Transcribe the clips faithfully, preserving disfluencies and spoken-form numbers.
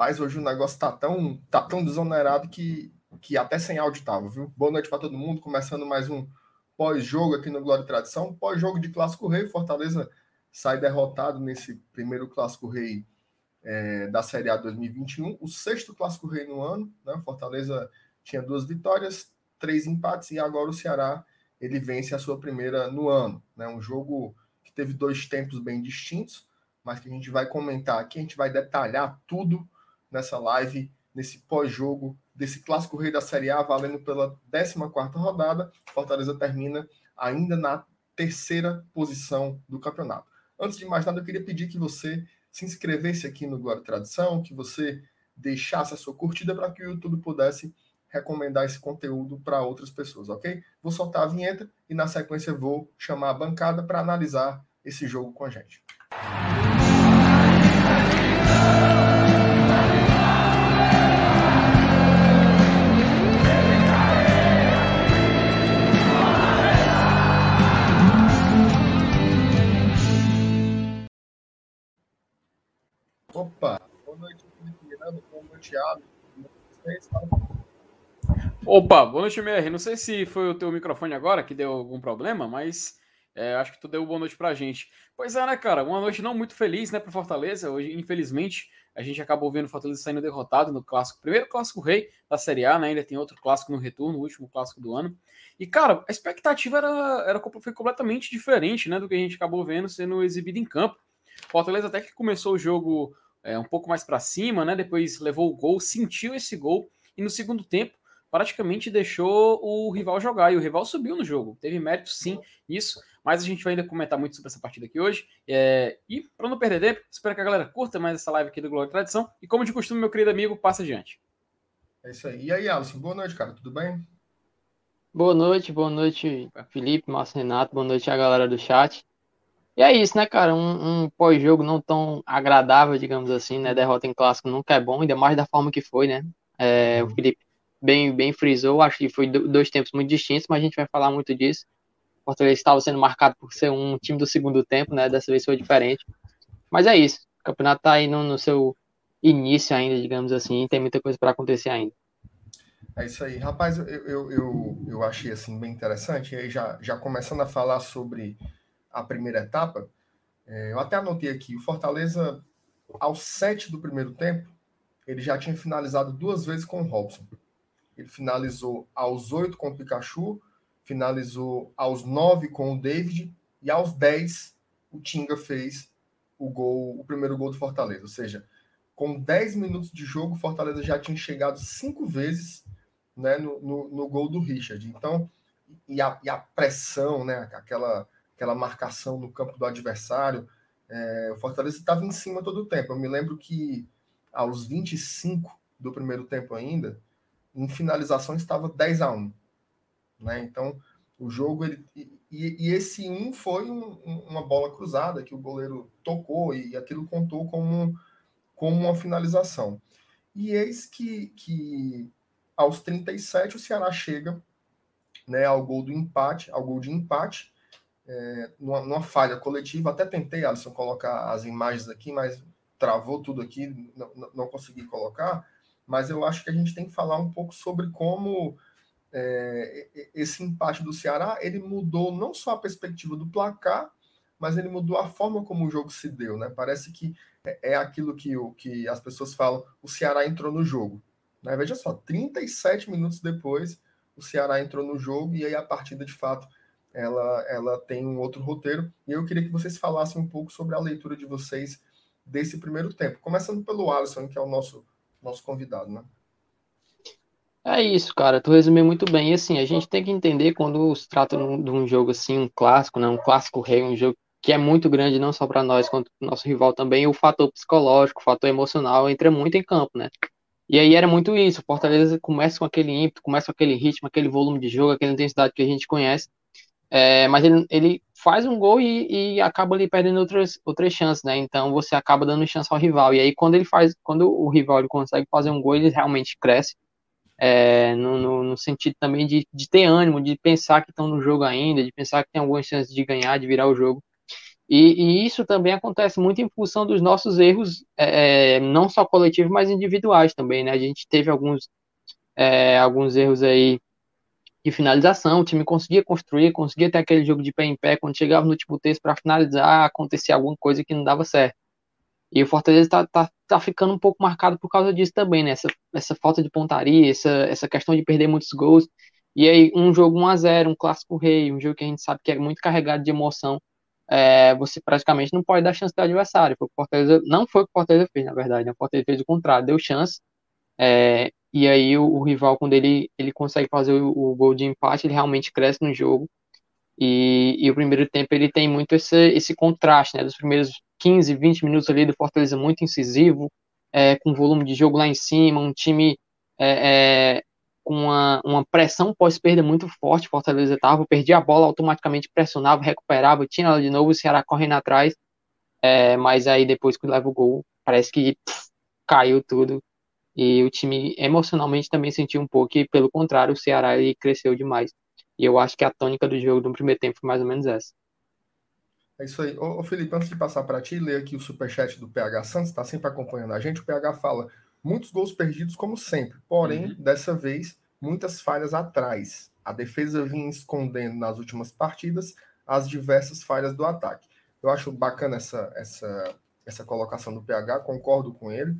Rapaz, hoje o negócio tá tão, tá tão desonerado que, que até sem áudio tava, viu? Boa noite para todo mundo. Começando mais um pós-jogo aqui no Glória e Tradição. Pós-jogo de Clássico Rei. Fortaleza sai derrotado nesse primeiro Clássico Rei é, da Série A dois mil e vinte e um. O sexto Clássico Rei no ano, né? Fortaleza tinha duas vitórias, três empates e agora o Ceará ele vence a sua primeira no ano, né? Um jogo que teve dois tempos bem distintos, mas que a gente vai comentar aqui, a gente vai detalhar tudo nessa live, nesse pós-jogo desse Clássico Rei da Série A, valendo pela décima quarta rodada. Fortaleza termina ainda na terceira posição do campeonato. Antes de mais nada, eu queria pedir que você se inscrevesse aqui no Glória e Tradição, que você deixasse a sua curtida para que o YouTube pudesse recomendar esse conteúdo para outras pessoas, ok? Vou soltar a vinheta e na sequência vou chamar a bancada para analisar esse jogo com a gente. Opa, boa noite, Felipe Miranda, boa noite, Thiago. Opa, boa noite, M R. Não sei se foi o teu microfone agora que deu algum problema, mas é, acho que tu deu boa noite pra gente. Pois é, né, cara? Uma noite não muito feliz, né, pro Fortaleza. Hoje, infelizmente, a gente acabou vendo o Fortaleza saindo derrotado no clássico, primeiro clássico rei da Série A, né? Ainda tem outro clássico no retorno, o último clássico do ano. E, cara, a expectativa era, era, foi completamente diferente, né, do que a gente acabou vendo sendo exibido em campo. Fortaleza até que começou o jogo é, um pouco mais para cima, né? Depois levou o gol, sentiu esse gol e no segundo tempo praticamente deixou o rival jogar, e o rival subiu no jogo. Teve mérito, sim, nisso, mas a gente vai ainda comentar muito sobre essa partida aqui hoje. É... E, para não perder tempo, espero que a galera curta mais essa live aqui do Glória e Tradição. E, como de costume, meu querido amigo, passa adiante. É isso aí. E aí, Alisson, boa noite, cara. Tudo bem? Boa noite, boa noite, Felipe, Márcio, Renato. Boa noite a galera do chat. E é isso, né, cara? Um, um pós-jogo não tão agradável, digamos assim, né? Derrota em clássico nunca é bom, ainda mais da forma que foi, né? É, o Felipe bem, bem frisou, acho que foi dois tempos muito distintos, mas a gente vai falar muito disso. O Fortaleza estava sendo marcado por ser um time do segundo tempo, né? Dessa vez foi diferente. Mas é isso. O campeonato tá aí no, no seu início ainda, digamos assim, tem muita coisa para acontecer ainda. É isso aí. Rapaz, eu, eu, eu, eu achei assim bem interessante. E aí, já, já começando a falar sobre a primeira etapa, é, eu até anotei aqui, o Fortaleza, aos sete do primeiro tempo, ele já tinha finalizado duas vezes com o Robson. Ele finalizou aos oito com o Pikachu, finalizou aos nove com o David, e aos dez o Tinga fez o gol, o primeiro gol do Fortaleza. Ou seja, com dez minutos de jogo, o Fortaleza já tinha chegado cinco vezes, né, no, no, no gol do Richard. Então, e a, e a pressão, né, aquela, aquela marcação no campo do adversário, é, o Fortaleza estava em cima todo o tempo. Eu me lembro que aos vinte e cinco do primeiro tempo ainda, em finalização estava dez a um, né? Então, o jogo, ele, e, e esse um foi um, uma bola cruzada que o goleiro tocou e aquilo contou como, como uma finalização. E eis que, que aos trinta e sete o Ceará chega, né, ao gol do empate, ao gol de empate, é, numa, numa falha coletiva. Até tentei, Alisson, colocar as imagens aqui, mas travou tudo aqui, não, não consegui colocar. Mas eu acho que a gente tem que falar um pouco sobre como é, esse empate do Ceará, ele mudou não só a perspectiva do placar, mas ele mudou a forma como o jogo se deu, né? Parece que é aquilo que, o, que as pessoas falam, o Ceará entrou no jogo. Né? Veja só, trinta e sete minutos depois, o Ceará entrou no jogo e aí a partida, de fato, ela, ela tem um outro roteiro. E eu queria que vocês falassem um pouco sobre a leitura de vocês desse primeiro tempo. Começando pelo Alisson, que é o nosso, nosso convidado, né? É isso, cara. Tu resumiu muito bem. E assim, a gente tem que entender quando se trata de um jogo assim, um clássico, né? Um clássico rei, um jogo que é muito grande não só para nós, quanto pro nosso rival também, o fator psicológico, o fator emocional entra muito em campo, né? E aí era muito isso. O Fortaleza começa com aquele ímpeto, começa com aquele ritmo, aquele volume de jogo, aquela intensidade que a gente conhece. É, mas ele, ele faz um gol e, e acaba ali perdendo outras, outras chances, né? Então você acaba dando chance ao rival. E aí quando ele faz, quando o rival ele consegue fazer um gol, ele realmente cresce. É, no, no, no sentido também de, de ter ânimo, de pensar que estão no jogo ainda, de pensar que tem algumas chances de ganhar, de virar o jogo. E, e isso também acontece muito em função dos nossos erros, é, é, não só coletivos, mas individuais também, né? A gente teve alguns, é, alguns erros aí de finalização, o time conseguia construir, conseguia ter aquele jogo de pé em pé, quando chegava no último terço para finalizar, acontecia alguma coisa que não dava certo. E o Fortaleza tá, tá, tá ficando um pouco marcado por causa disso também, né? Essa, essa falta de pontaria, essa, essa questão de perder muitos gols. E aí, um jogo um a zero, um clássico rei, um jogo que a gente sabe que é muito carregado de emoção, é, você praticamente não pode dar chance do adversário. Foi o Fortaleza, não foi o que o Fortaleza fez, na verdade, né? O Fortaleza fez o contrário, deu chance. É, e aí, o, o rival, quando ele, ele consegue fazer o, o gol de empate, ele realmente cresce no jogo. E, e o primeiro tempo ele tem muito esse, esse contraste, né? Dos primeiros quinze, vinte minutos ali do Fortaleza muito incisivo, é, com volume de jogo lá em cima, um time é, é, com uma, uma pressão pós-perda muito forte. O Fortaleza estava, perdia a bola, automaticamente pressionava, recuperava, tinha ela de novo, o Ceará correndo atrás, é, mas aí depois que leva o gol, parece que pff, caiu tudo. E o time emocionalmente também sentiu um pouco, e pelo contrário, o Ceará ele cresceu demais. E eu acho que a tônica do jogo do primeiro tempo foi mais ou menos essa. É isso aí. Ô, ô Felipe, antes de passar para ti, ler aqui o superchat do P H Santos, está sempre acompanhando a gente. O P H fala: muitos gols perdidos, como sempre, porém, Uhum. dessa vez, muitas falhas atrás. A defesa vinha escondendo nas últimas partidas as diversas falhas do ataque. Eu acho bacana essa, essa, essa colocação do P H, concordo com ele.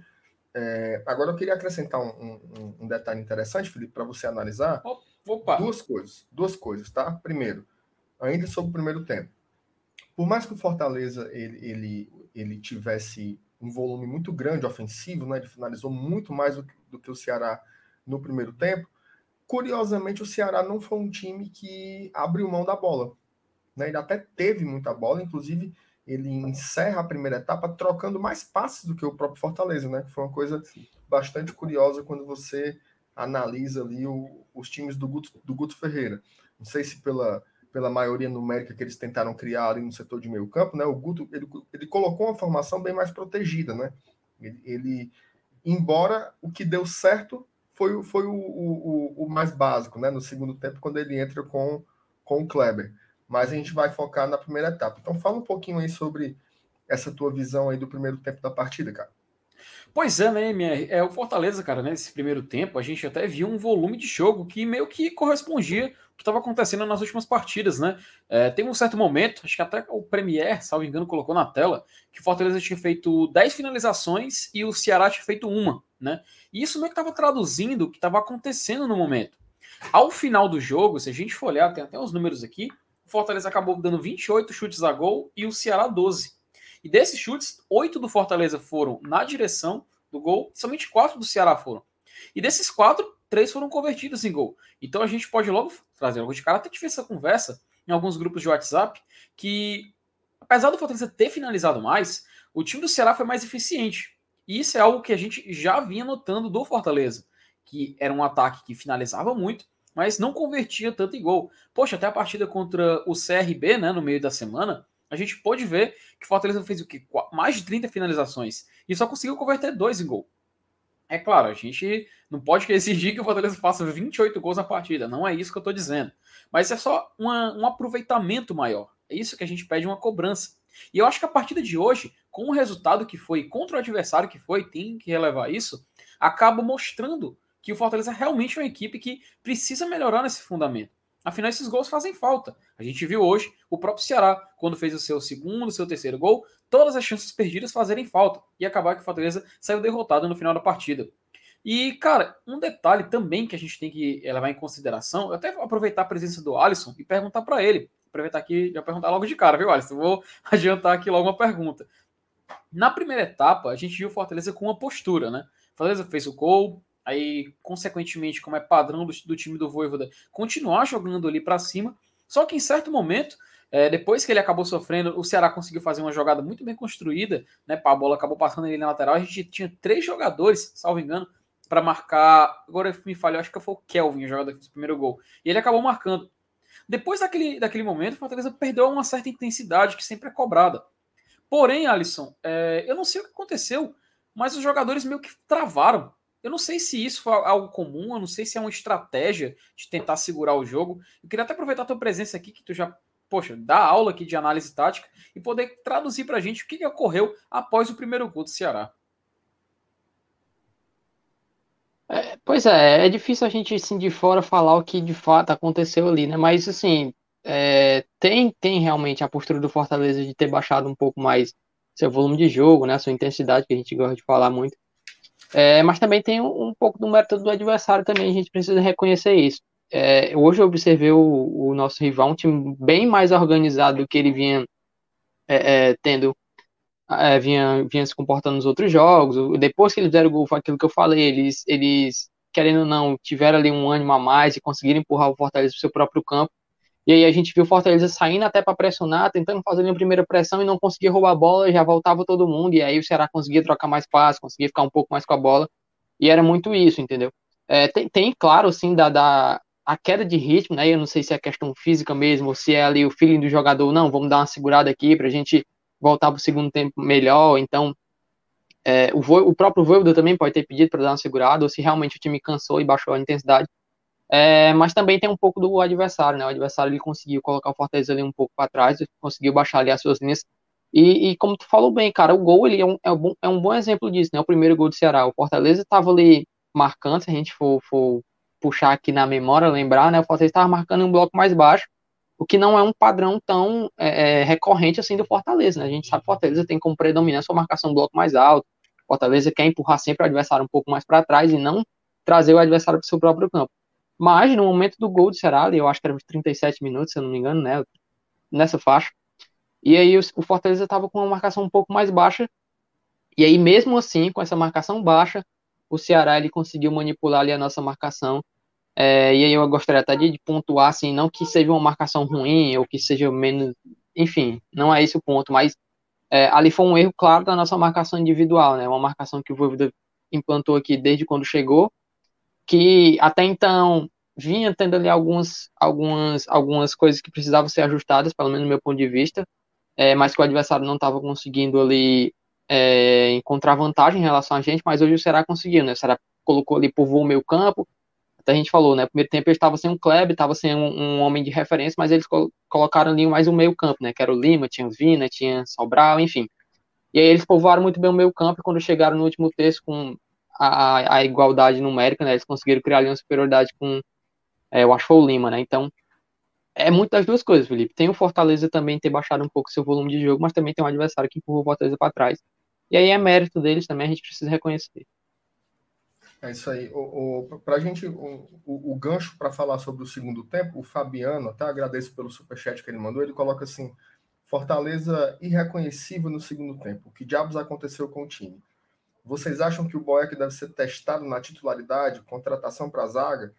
É, agora eu queria acrescentar um, um, um detalhe interessante, Felipe, para você analisar. Opa! Duas coisas, duas coisas, tá? Primeiro, ainda sobre o primeiro tempo. Por mais que o Fortaleza ele, ele, ele tivesse um volume muito grande ofensivo, né? Ele finalizou muito mais do, do que o Ceará no primeiro tempo. Curiosamente, o Ceará não foi um time que abriu mão da bola, né? Ele até teve muita bola, inclusive ele encerra a primeira etapa trocando mais passes do que o próprio Fortaleza, né? Que foi uma coisa bastante curiosa quando você analisa ali o, os times do Guto, do Guto Ferreira. Não sei se pela, pela maioria numérica que eles tentaram criar ali no setor de meio campo, né? O Guto ele, ele colocou uma formação bem mais protegida, né? Ele, ele embora o que deu certo foi, foi o, o, o mais básico, né? No segundo tempo, quando ele entra com, com o Kleber. Mas a gente vai focar na primeira etapa. Então fala um pouquinho aí sobre essa tua visão aí do primeiro tempo da partida, cara. Pois é, né, M R? É, o Fortaleza, cara, nesse primeiro tempo, a gente até viu um volume de jogo que meio que correspondia ao que estava acontecendo nas últimas partidas, né? É, tem um certo momento, acho que até o Premier, salvo engano, colocou na tela, que o Fortaleza tinha feito dez finalizações e o Ceará tinha feito uma, né? E isso meio que estava traduzindo o que estava acontecendo no momento. Ao final do jogo, se a gente for olhar, tem até os números aqui, o Fortaleza acabou dando vinte e oito chutes a gol e o Ceará doze. E desses chutes, oito do Fortaleza foram na direção do gol, somente quatro do Ceará foram. E desses quatro, três foram convertidos em gol. Então a gente pode logo trazer algo de cara. Até tive essa conversa em alguns grupos de WhatsApp, que apesar do Fortaleza ter finalizado mais, o time do Ceará foi mais eficiente. E isso é algo que a gente já vinha notando do Fortaleza, que era um ataque que finalizava muito, mas não convertia tanto em gol. Poxa, até a partida contra o C R B, né, no meio da semana, a gente pôde ver que o Fortaleza fez o quê? Mais de trinta finalizações e só conseguiu converter dois em gol. É claro, a gente não pode exigir que o Fortaleza faça vinte e oito gols na partida, não é isso que eu estou dizendo. Mas é só uma, um aproveitamento maior. É isso que a gente pede, uma cobrança. E eu acho que a partida de hoje, com o resultado que foi, contra o adversário que foi, tem que relevar isso, acaba mostrando que o Fortaleza realmente é uma equipe que precisa melhorar nesse fundamento. Afinal, esses gols fazem falta. A gente viu hoje o próprio Ceará, quando fez o seu segundo, seu terceiro gol, todas as chances perdidas fazerem falta e acabar que o Fortaleza saiu derrotado no final da partida. E, cara, um detalhe também que a gente tem que levar em consideração, eu até vou aproveitar a presença do Alisson e perguntar para ele. Aproveitar aqui e já perguntar logo de cara, viu, Alisson? Vou adiantar aqui logo uma pergunta. Na primeira etapa, a gente viu o Fortaleza com uma postura, né? O Fortaleza fez o gol, aí, consequentemente, como é padrão do, do time do Vojvoda, continuar jogando ali para cima. Só que em certo momento, é, depois que ele acabou sofrendo, o Ceará conseguiu fazer uma jogada muito bem construída, né? A bola acabou passando ele na lateral. A gente tinha três jogadores, salvo engano, para marcar. Agora me falhou, acho que foi o Kelvin, o jogador que fez o primeiro gol. E ele acabou marcando. Depois daquele, daquele momento, o Fortaleza perdeu uma certa intensidade que sempre é cobrada. Porém, Alisson, é, eu não sei o que aconteceu, mas os jogadores meio que travaram. Eu não sei se isso foi algo comum, eu não sei se é uma estratégia de tentar segurar o jogo. Eu queria até aproveitar a tua presença aqui, que tu já poxa, dar aula aqui de análise tática e poder traduzir para a gente o que, que ocorreu após o primeiro gol do Ceará. É, pois é, é difícil a gente, assim, de fora falar o que de fato aconteceu ali, né? Mas, assim, é, tem, tem realmente a postura do Fortaleza de ter baixado um pouco mais seu volume de jogo, né? Sua intensidade, que a gente gosta de falar muito. É, mas também tem um, um pouco do mérito do adversário também, a gente precisa reconhecer isso. É, hoje eu observei o, o nosso rival, um time bem mais organizado do que ele vinha é, é, tendo, é, vinha, vinha se comportando nos outros jogos. Depois que eles deram o gol, foi aquilo que eu falei, eles, eles, querendo ou não, tiveram ali um ânimo a mais e conseguiram empurrar o Fortaleza para o seu próprio campo. E aí a gente viu o Fortaleza saindo até para pressionar, tentando fazer a primeira pressão e não conseguia roubar a bola, já voltava todo mundo, e aí o Ceará conseguia trocar mais passes, conseguia ficar um pouco mais com a bola, e era muito isso, entendeu? É, tem, tem, claro, assim, da, da a queda de ritmo, né? Eu não sei se é questão física mesmo, ou se é ali o feeling do jogador, não, vamos dar uma segurada aqui pra gente voltar pro segundo tempo melhor, então é, o, o próprio Voivoda também pode ter pedido para dar uma segurada, ou se realmente o time cansou e baixou a intensidade. É, mas também tem um pouco do adversário, né? O adversário ele conseguiu colocar o Fortaleza ali um pouco para trás, conseguiu baixar ali as suas linhas. E, e como tu falou bem, cara, o gol ele é um, é, um bom, é um bom exemplo disso, né? O primeiro gol do Ceará. O Fortaleza estava ali marcando, se a gente for, for puxar aqui na memória, lembrar, né? O Fortaleza estava marcando em um bloco mais baixo, o que não é um padrão tão é, recorrente assim do Fortaleza, né? A gente sabe que o Fortaleza tem como predominância a marcação um bloco mais alto. O Fortaleza quer empurrar sempre o adversário um pouco mais para trás e não trazer o adversário para o seu próprio campo. Mas no momento do gol do Ceará, eu acho que era uns trinta e sete minutos, se eu não me engano, né? Nessa faixa. E aí o, o Fortaleza estava com uma marcação um pouco mais baixa. E aí, mesmo assim, com essa marcação baixa, o Ceará ele conseguiu manipular ali a nossa marcação. É, e aí eu gostaria até de, de pontuar, assim, não que seja uma marcação ruim ou que seja menos. Enfim, não é esse o ponto, mas é, ali foi um erro claro da nossa marcação individual, né? Uma marcação que o Voivoda implantou aqui desde quando chegou, que até então vinha tendo ali algumas, algumas, algumas coisas que precisavam ser ajustadas, pelo menos do meu ponto de vista, é, mas que o adversário não estava conseguindo ali é, encontrar vantagem em relação a gente, mas hoje o Ceará conseguiu, né? O Ceará colocou ali, povoou o meio campo, até a gente falou, né? No primeiro tempo ele estava sem um Kleber, estava sem um, um homem de referência, mas eles col colocaram ali mais um meio campo, né? Que era o Lima, tinha o Vina, tinha Sobral, enfim. E aí eles povoaram muito bem o meio campo, e quando chegaram no último terço com a, a igualdade numérica, né? Eles conseguiram criar ali uma superioridade com, é, eu acho que foi o Lima, né? Então, é muito das duas coisas, Felipe. Tem o Fortaleza também ter baixado um pouco seu volume de jogo, mas também tem um adversário que empurrou o Fortaleza para trás. E aí é mérito deles também, a gente precisa reconhecer. É isso aí. Para a gente, o, o, o gancho para falar sobre o segundo tempo, o Fabiano, até agradeço pelo superchat que ele mandou, ele coloca assim, Fortaleza irreconhecível no segundo tempo. O que diabos aconteceu com o time? Vocês acham que o Boeck deve ser testado na titularidade, contratação para a zaga?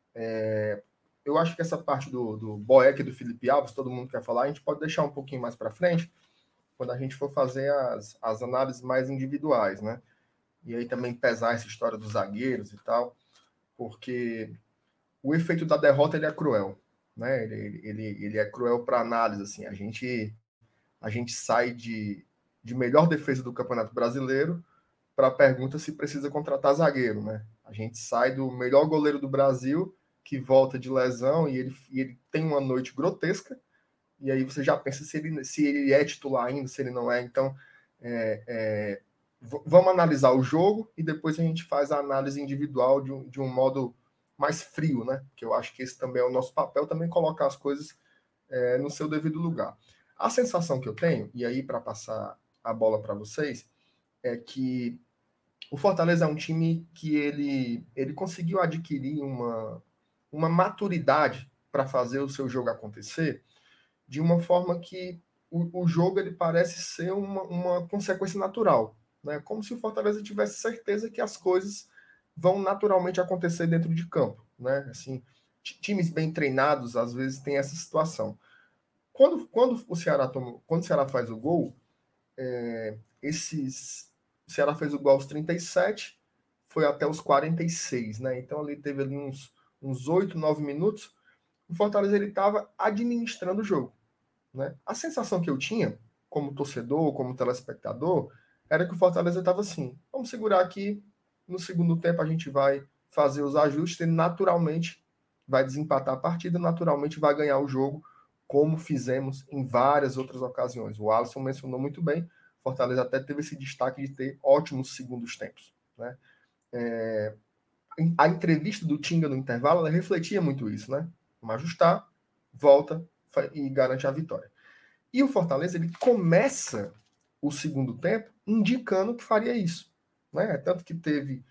É, eu acho que essa parte do, do Boeck e do Felipe Alves, todo mundo quer falar, a gente pode deixar um pouquinho mais para frente, quando a gente for fazer as, as análises mais individuais, né? E aí também pesar essa história dos zagueiros e tal, porque o efeito da derrota ele é cruel, né? Ele, ele, ele é cruel para análise, assim. A gente, a gente sai de, de melhor defesa do Campeonato Brasileiro para a pergunta se precisa contratar zagueiro, né? A gente sai do melhor goleiro do Brasil, que volta de lesão e ele, e ele tem uma noite grotesca, e aí você já pensa se ele, se ele é titular ainda, se ele não é. Então, é, é, vamos analisar o jogo e depois a gente faz a análise individual de um, de um modo mais frio, né? Que eu acho que esse também é o nosso papel, também colocar as coisas é, no seu devido lugar. A sensação que eu tenho, e aí para passar a bola para vocês, é que o Fortaleza é um time que ele, ele conseguiu adquirir uma, uma maturidade para fazer o seu jogo acontecer de uma forma que o, o jogo ele parece ser uma, uma consequência natural, né? Como se o Fortaleza tivesse certeza que as coisas vão naturalmente acontecer dentro de campo, né? Assim, times bem treinados às vezes têm essa situação. Quando, quando o Ceará toma, quando o Ceará faz o gol, é, esses o Ceará fez o gol aos trinta e sete, foi até os quarenta e seis, né? Então ali teve ali uns uns oito, nove minutos. O Fortaleza ele estava administrando o jogo, né? A sensação que eu tinha, como torcedor, como telespectador, era que o Fortaleza estava assim, vamos segurar aqui, no segundo tempo a gente vai fazer os ajustes e naturalmente vai desempatar a partida, naturalmente vai ganhar o jogo como fizemos em várias outras ocasiões. O Alisson mencionou muito bem, Fortaleza até teve esse destaque de ter ótimos segundos tempos, né? É, a entrevista do Tinga no intervalo, ela refletia muito isso, né? Vamos ajustar, volta e garante a vitória. E o Fortaleza, ele começa o segundo tempo indicando que faria isso, né? Tanto que teve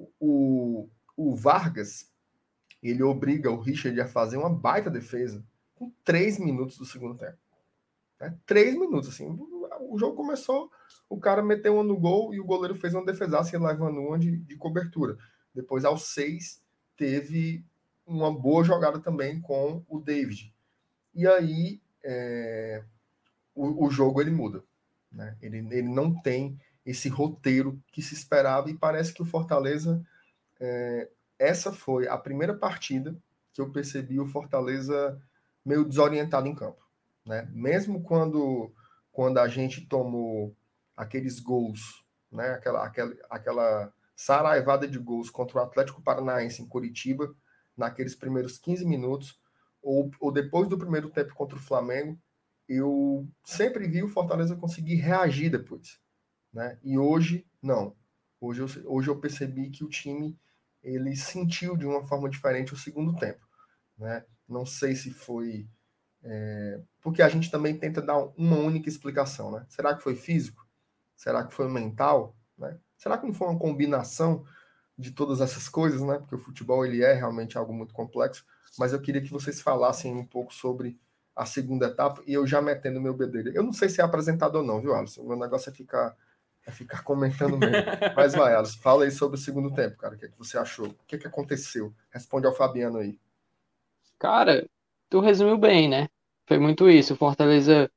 o, o Vargas, ele obriga o Richard a fazer uma baita defesa com três minutos do segundo tempo. Né? Três minutos, assim. O jogo começou, o cara meteu uma no gol e o goleiro fez uma defesaça levando uma de, de cobertura. Depois, aos seis, teve uma boa jogada também com o David. E aí, é, o, o jogo ele muda. Né? Ele, ele não tem esse roteiro que se esperava e parece que o Fortaleza... É, essa foi a primeira partida que eu percebi o Fortaleza meio desorientado em campo. Né? Mesmo quando, quando a gente tomou aqueles gols, né? aquela, aquela, aquela saraivada de gols contra o Atlético Paranaense em Curitiba, naqueles primeiros quinze minutos, ou, ou depois do primeiro tempo contra o Flamengo, eu sempre vi o Fortaleza conseguir reagir depois. Né? E hoje, não. Hoje eu, hoje eu percebi que o time ele sentiu de uma forma diferente o segundo tempo. Né? Não sei se foi... É, porque a gente também tenta dar uma única explicação. Né? Será que foi físico? Será que foi mental? Né? Será que não foi uma combinação de todas essas coisas? Né? Porque o futebol ele é realmente algo muito complexo. Mas eu queria que vocês falassem um pouco sobre a segunda etapa e eu já metendo meu bedelho. Eu não sei se é apresentado ou não, viu, Alisson? O meu negócio é ficar... É ficar comentando mesmo. Mas vai, Alisson, fala aí sobre o segundo tempo, cara. O que é que você achou? O que é que aconteceu? Responde ao Fabiano aí. Cara, tu resumiu bem, né? Foi muito isso. O Fortaleza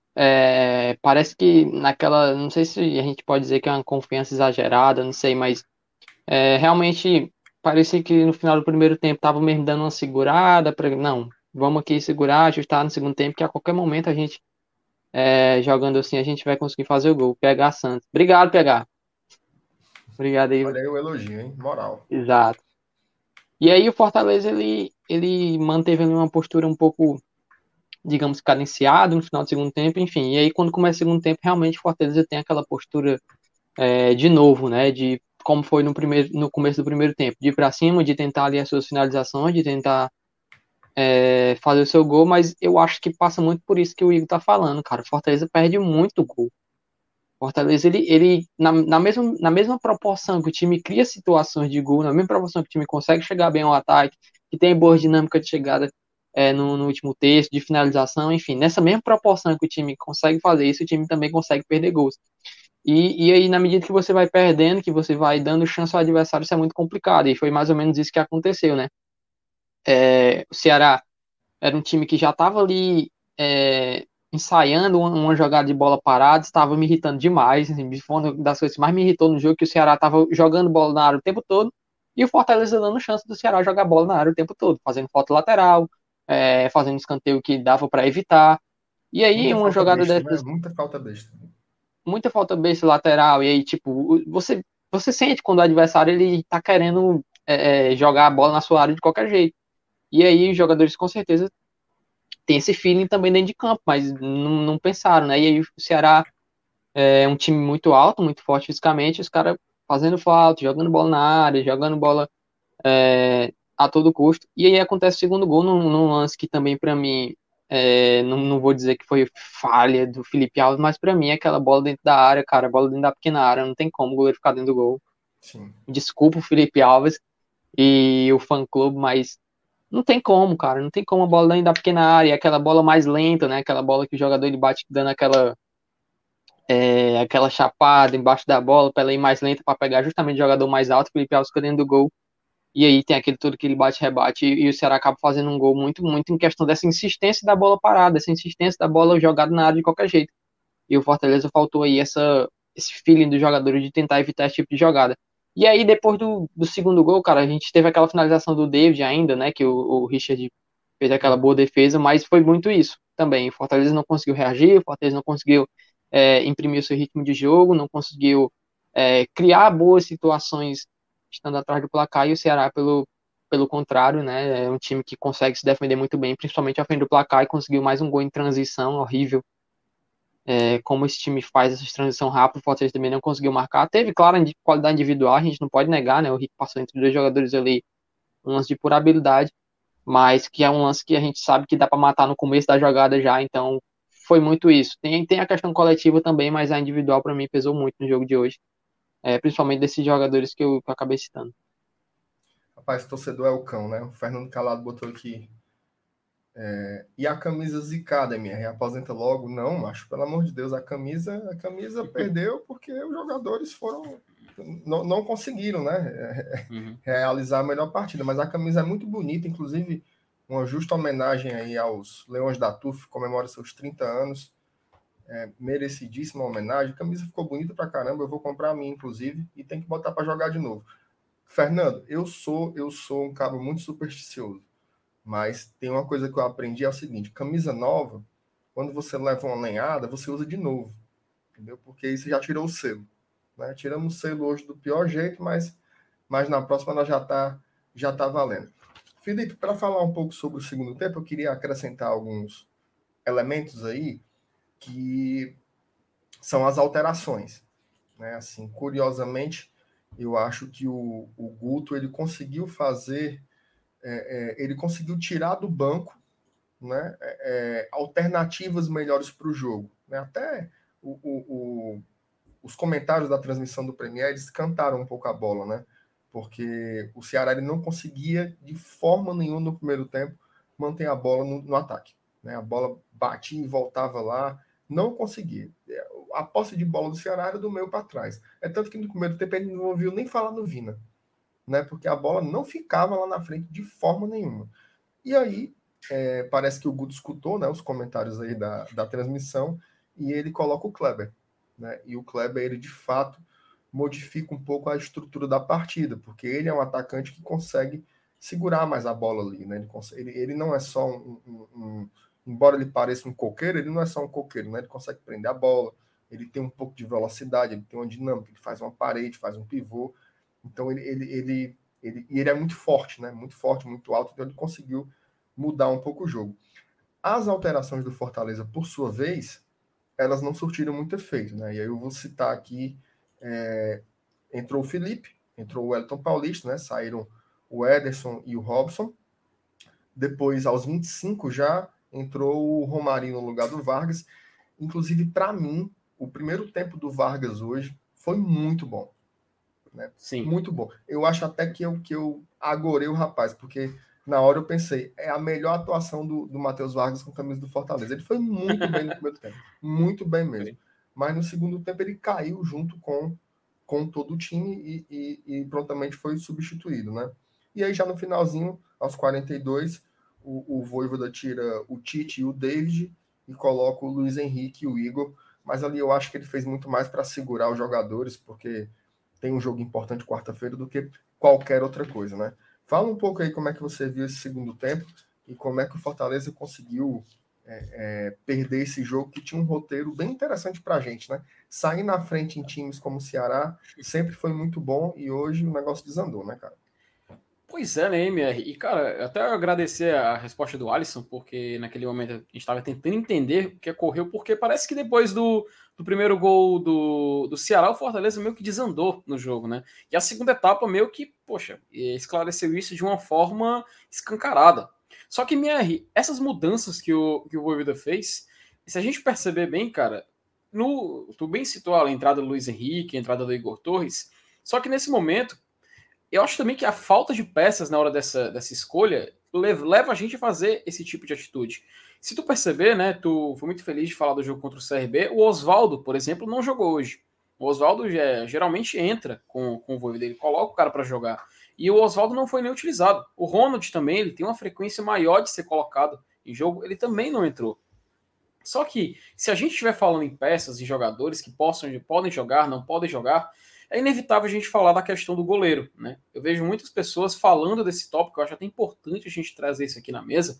é, parece que naquela. Não sei se a gente pode dizer que é uma confiança exagerada, não sei, mas é, realmente parecia que no final do primeiro tempo tava mesmo dando uma segurada. Pra, não, vamos aqui segurar, ajustar no segundo tempo, que a qualquer momento a gente, é, jogando assim, a gente vai conseguir fazer o gol. P H Santos. Obrigado, P H. Obrigado aí. Olha aí o elogio, hein? Moral. Exato. E aí o Fortaleza, ele, ele manteve ali uma postura um pouco, digamos, cadenciado no final do segundo tempo, enfim. E aí quando começa o segundo tempo, realmente o Fortaleza tem aquela postura é, de novo, né, de como foi no, primeiro, no começo do primeiro tempo, de ir pra cima, de tentar ali as suas finalizações, de tentar é, fazer o seu gol, mas eu acho que passa muito por isso que o Igor tá falando, cara. O Fortaleza perde muito gol. Fortaleza, ele, ele na, na, mesma, na mesma proporção que o time cria situações de gol, na mesma proporção que o time consegue chegar bem ao ataque, que tem boa dinâmica de chegada é, no, no último terço, de finalização, enfim, nessa mesma proporção que o time consegue fazer isso, o time também consegue perder gols. E, e aí, na medida que você vai perdendo, que você vai dando chance ao adversário, isso é muito complicado, e foi mais ou menos isso que aconteceu, né? É, o Ceará era um time que já estava ali é, ensaiando uma, uma jogada de bola parada, estava me irritando demais. Assim, foi uma das coisas que mais me irritou no jogo, que o Ceará estava jogando bola na área o tempo todo e o Fortaleza dando chance do Ceará jogar bola na área o tempo todo, fazendo falta lateral, é, fazendo escanteio que dava para evitar. E aí, Muita uma falta jogada besta, né? dessas, Muita falta besta. muita falta besta lateral, e aí, tipo, você, você sente quando o adversário ele tá querendo é, é, jogar a bola na sua área de qualquer jeito. E aí, os jogadores com certeza tem esse feeling também dentro de campo, mas não, não pensaram, né? E aí o Ceará é um time muito alto, muito forte fisicamente, os caras fazendo falta, jogando bola na área, jogando bola é, a todo custo. E aí acontece o segundo gol num, num lance que também para mim, é, não, não vou dizer que foi falha do Felipe Alves, mas para mim é aquela bola dentro da área, cara, bola dentro da pequena área, não tem como o goleiro ficar dentro do gol. Sim. Desculpa o Felipe Alves e o fã-clube, mas não tem como, cara. Não tem como a bola dentro da pequena área, aquela bola mais lenta, né? Aquela bola que o jogador ele bate dando aquela, é, aquela chapada embaixo da bola para ela ir mais lenta para pegar justamente o jogador mais alto, Felipe Alves fica dentro do gol. E aí tem aquele tudo que ele bate-rebate e, e o Ceará acaba fazendo um gol muito, muito em questão dessa insistência da bola parada, essa insistência da bola jogada na área de qualquer jeito. E o Fortaleza faltou aí essa, esse feeling dos jogadores de tentar evitar esse tipo de jogada. E aí, depois do, do segundo gol, cara, a gente teve aquela finalização do David ainda, né? Que o, o Richard fez aquela boa defesa, mas foi muito isso também. O Fortaleza não conseguiu reagir, o Fortaleza não conseguiu é, imprimir o seu ritmo de jogo, não conseguiu é, criar boas situações estando atrás do placar, e o Ceará, pelo, pelo contrário, né, é um time que consegue se defender muito bem, principalmente à frente do placar, e conseguiu mais um gol em transição horrível. É, como esse time faz essa transição rápida, o Fortaleza também não conseguiu marcar. Teve, claro, qualidade individual, a gente não pode negar, né? O Rick passou entre dois jogadores ali, um lance de pura habilidade, mas que é um lance que a gente sabe que dá para matar no começo da jogada já, então foi muito isso. Tem, tem a questão coletiva também, mas a individual para mim pesou muito no jogo de hoje, é, principalmente desses jogadores que eu, que eu acabei citando. Rapaz, torcedor é o cão, né? O Fernando Calado botou aqui. É, e a camisa zicada, M R, aposenta logo? Não, macho, pelo amor de Deus, a camisa, a camisa perdeu porque os jogadores foram não, não conseguiram, né, uhum. realizar a melhor partida, mas a camisa é muito bonita, inclusive uma justa homenagem aí aos Leões da T U F, comemora seus trinta anos, é, merecidíssima homenagem, a camisa ficou bonita pra caramba, eu vou comprar a minha, inclusive, e tem que botar para jogar de novo. Fernando, eu sou, eu sou um cara muito supersticioso. Mas tem uma coisa que eu aprendi, é o seguinte, camisa nova, quando você leva uma lenhada, você usa de novo, entendeu? Porque aí você já tirou o selo, né? Tiramos o selo hoje do pior jeito, mas, mas na próxima ela já está já tá valendo. Felipe, para falar um pouco sobre o segundo tempo, eu queria acrescentar alguns elementos aí que são as alterações, né? Assim, curiosamente, eu acho que o, o Guto, ele conseguiu fazer É, é, ele conseguiu tirar do banco, né, é, alternativas melhores para o jogo. Né? Até o, o, o, os comentários da transmissão do Premier, eles cantaram um pouco a bola, né? Porque o Ceará ele não conseguia, de forma nenhuma, no primeiro tempo, manter a bola no, no ataque. Né? A bola batia e voltava lá, não conseguia. A posse de bola do Ceará era do meio para trás. É tanto que no primeiro tempo ele não ouviu nem falar no Vina. Né, porque a bola não ficava lá na frente de forma nenhuma. E aí, é, parece que o Guto escutou, né, os comentários aí da, da transmissão, e ele coloca o Kleber. Né, e o Kleber, ele de fato modifica um pouco a estrutura da partida, porque ele é um atacante que consegue segurar mais a bola ali. Né, ele, consegue, ele, ele não é só um, um, um... Embora ele pareça um coqueiro, ele não é só um coqueiro, né, ele consegue prender a bola, ele tem um pouco de velocidade, ele tem uma dinâmica, ele faz uma parede, faz um pivô. Então, ele, ele, ele, ele, e ele é muito forte, né? Muito forte, muito alto, então ele conseguiu mudar um pouco o jogo. As alterações do Fortaleza, por sua vez, elas não surtiram muito efeito, né? E aí eu vou citar aqui, é, entrou o Felipe, entrou o Wellington Paulista, né? Saíram o Ederson e o Robson. Depois, aos vinte e cinco já, entrou o Romarinho no lugar do Vargas. Inclusive, para mim, o primeiro tempo do Vargas hoje foi muito bom. Né? Sim. Muito bom. Eu acho até que eu, que eu agorei o rapaz, porque na hora eu pensei, é a melhor atuação do, do Matheus Vargas com a camisa do Fortaleza. Ele foi muito bem no primeiro tempo, muito bem mesmo. Sim. Mas no segundo tempo ele caiu junto com, com todo o time e, e, e prontamente foi substituído, né? E aí já no finalzinho, aos quarenta e dois, o, o Vojvoda tira o Tite e o David e coloca o Luiz Henrique e o Igor, mas ali eu acho que ele fez muito mais para segurar os jogadores, porque tem um jogo importante quarta-feira do que qualquer outra coisa, né? Fala um pouco aí como é que você viu esse segundo tempo e como é que o Fortaleza conseguiu é, é, perder esse jogo que tinha um roteiro bem interessante pra gente, né? Sair na frente em times como o Ceará sempre foi muito bom e hoje o negócio desandou, né, cara? Pois é, né, M R? E, cara, até agradecer a resposta do Alisson, porque naquele momento a gente estava tentando entender o que ocorreu, porque parece que depois do, do primeiro gol do, do Ceará, o Fortaleza meio que desandou no jogo, né? E a segunda etapa meio que, poxa, esclareceu isso de uma forma escancarada. Só que, M R, essas mudanças que o, que o Vojvoda fez, se a gente perceber bem, cara, no, tu bem citou a entrada do Luiz Henrique, a entrada do Igor Torres, só que nesse momento, eu acho também que a falta de peças na hora dessa, dessa escolha leva, leva a gente a fazer esse tipo de atitude. Se tu perceber, né, tu foi muito feliz de falar do jogo contra o C R B, o Oswaldo, por exemplo, não jogou hoje. O Oswaldo é, geralmente entra com, com o Vojvoda, ele coloca o cara para jogar. E o Oswaldo não foi nem utilizado. O Ronald também, ele tem uma frequência maior de ser colocado em jogo, ele também não entrou. Só que, se a gente estiver falando em peças e jogadores que possam, podem jogar, não podem jogar, é inevitável a gente falar da questão do goleiro, né? Eu vejo muitas pessoas falando desse tópico, eu acho até importante a gente trazer isso aqui na mesa,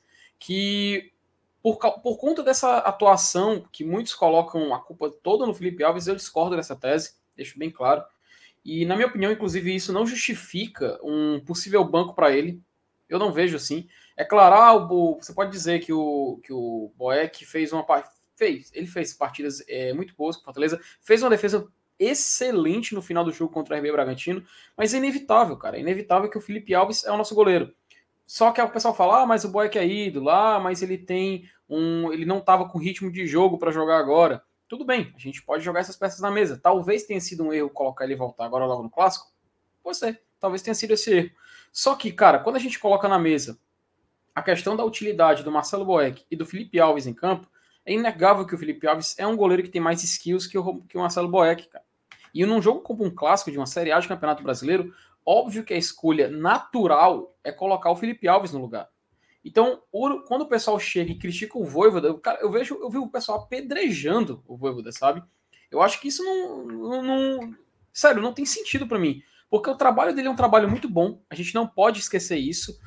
que por, por conta dessa atuação que muitos colocam a culpa toda no Felipe Alves, eu discordo dessa tese, deixo bem claro. E, na minha opinião, inclusive, isso não justifica um possível banco para ele. Eu não vejo assim. É claro, ah, o, você pode dizer que o, que o Boeck fez uma fez, ele fez partidas é, muito boas com o Fortaleza, fez uma defesa excelente no final do jogo contra o R B Bragantino, mas é inevitável, cara. É inevitável que o Felipe Alves é o nosso goleiro. Só que o pessoal fala, ah, mas o Boeck é ídolo, ah, mas ele tem um. Ele não estava com ritmo de jogo para jogar agora. Tudo bem, a gente pode jogar essas peças na mesa. Talvez tenha sido um erro colocar ele voltar agora logo no clássico. Pode ser, talvez tenha sido esse erro. Só que, cara, quando a gente coloca na mesa a questão da utilidade do Marcelo Boeck e do Felipe Alves em campo, é inegável que o Felipe Alves é um goleiro que tem mais skills que o, que o Marcelo Boeck, cara. E num jogo como um clássico de uma Série A de Campeonato Brasileiro, óbvio que a escolha natural é colocar o Felipe Alves no lugar. Então, o, quando o pessoal chega e critica o Vojvoda, eu, cara, eu vejo eu vi o pessoal apedrejando o Vojvoda, sabe? Eu acho que isso não, não, não sério, não tem sentido para mim, porque o trabalho dele é um trabalho muito bom, a gente não pode esquecer isso.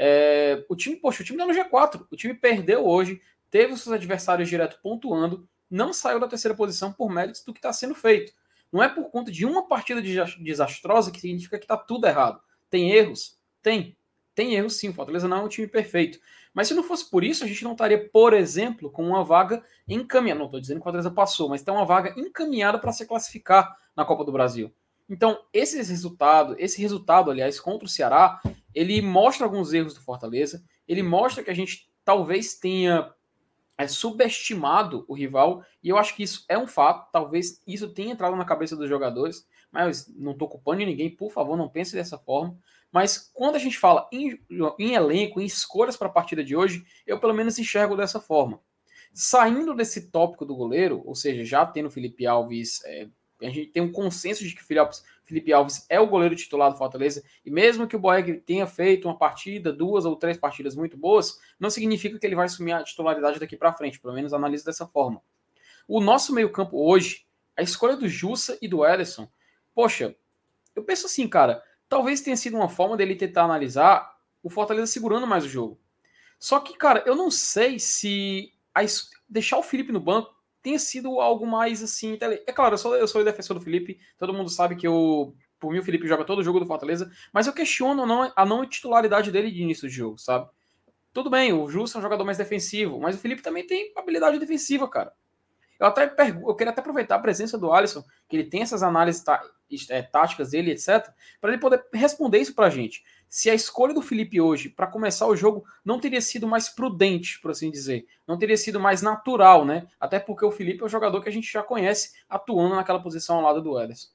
É, o time, poxa, o time tá no G quatro, o time perdeu hoje, teve os seus adversários direto pontuando, não saiu da terceira posição por méritos do que está sendo feito. Não é por conta de uma partida desastrosa que significa que está tudo errado. Tem erros? Tem. Tem erros sim, o Fortaleza não é um time perfeito. Mas se não fosse por isso, a gente não estaria, por exemplo, com uma vaga encaminhada. Não estou dizendo que o Fortaleza passou, mas tem uma vaga encaminhada para se classificar na Copa do Brasil. Então, esse resultado, esse resultado, aliás, contra o Ceará, ele mostra alguns erros do Fortaleza, ele mostra que a gente talvez tenha é, subestimado o rival, e eu acho que isso é um fato, talvez isso tenha entrado na cabeça dos jogadores, mas não estou culpando ninguém, por favor, não pense dessa forma. Mas quando a gente fala em, em elenco, em escolhas para a partida de hoje, eu pelo menos enxergo dessa forma. Saindo desse tópico do goleiro, ou seja, já tendo o Felipe Alves, é, a gente tem um consenso de que o Felipe Alves, Felipe Alves é o goleiro titular do Fortaleza, e mesmo que o Boeck tenha feito uma partida, duas ou três partidas muito boas, não significa que ele vai assumir a titularidade daqui para frente, pelo menos analiso dessa forma. O nosso meio-campo hoje, a escolha do Jussa e do Ederson, poxa, eu penso assim, cara, talvez tenha sido uma forma dele tentar analisar o Fortaleza segurando mais o jogo. Só que, cara, eu não sei se a, deixar o Felipe no banco tenha sido algo mais assim. É claro, eu sou, eu sou o defensor do Felipe, todo mundo sabe que eu, por mim, o Felipe joga todo o jogo do Fortaleza, mas eu questiono não, a não titularidade dele de início de jogo, sabe? Tudo bem, o Justo é um jogador mais defensivo, mas o Felipe também tem habilidade defensiva, cara. Eu até pergu- eu queria até aproveitar a presença do Alisson, que ele tem essas análises tá, é, táticas dele, etcétera, para ele poder responder isso pra gente. Se a escolha do Felipe hoje, para começar o jogo, não teria sido mais prudente, por assim dizer, não teria sido mais natural, né? Até porque o Felipe é um jogador que a gente já conhece atuando naquela posição ao lado do Ederson.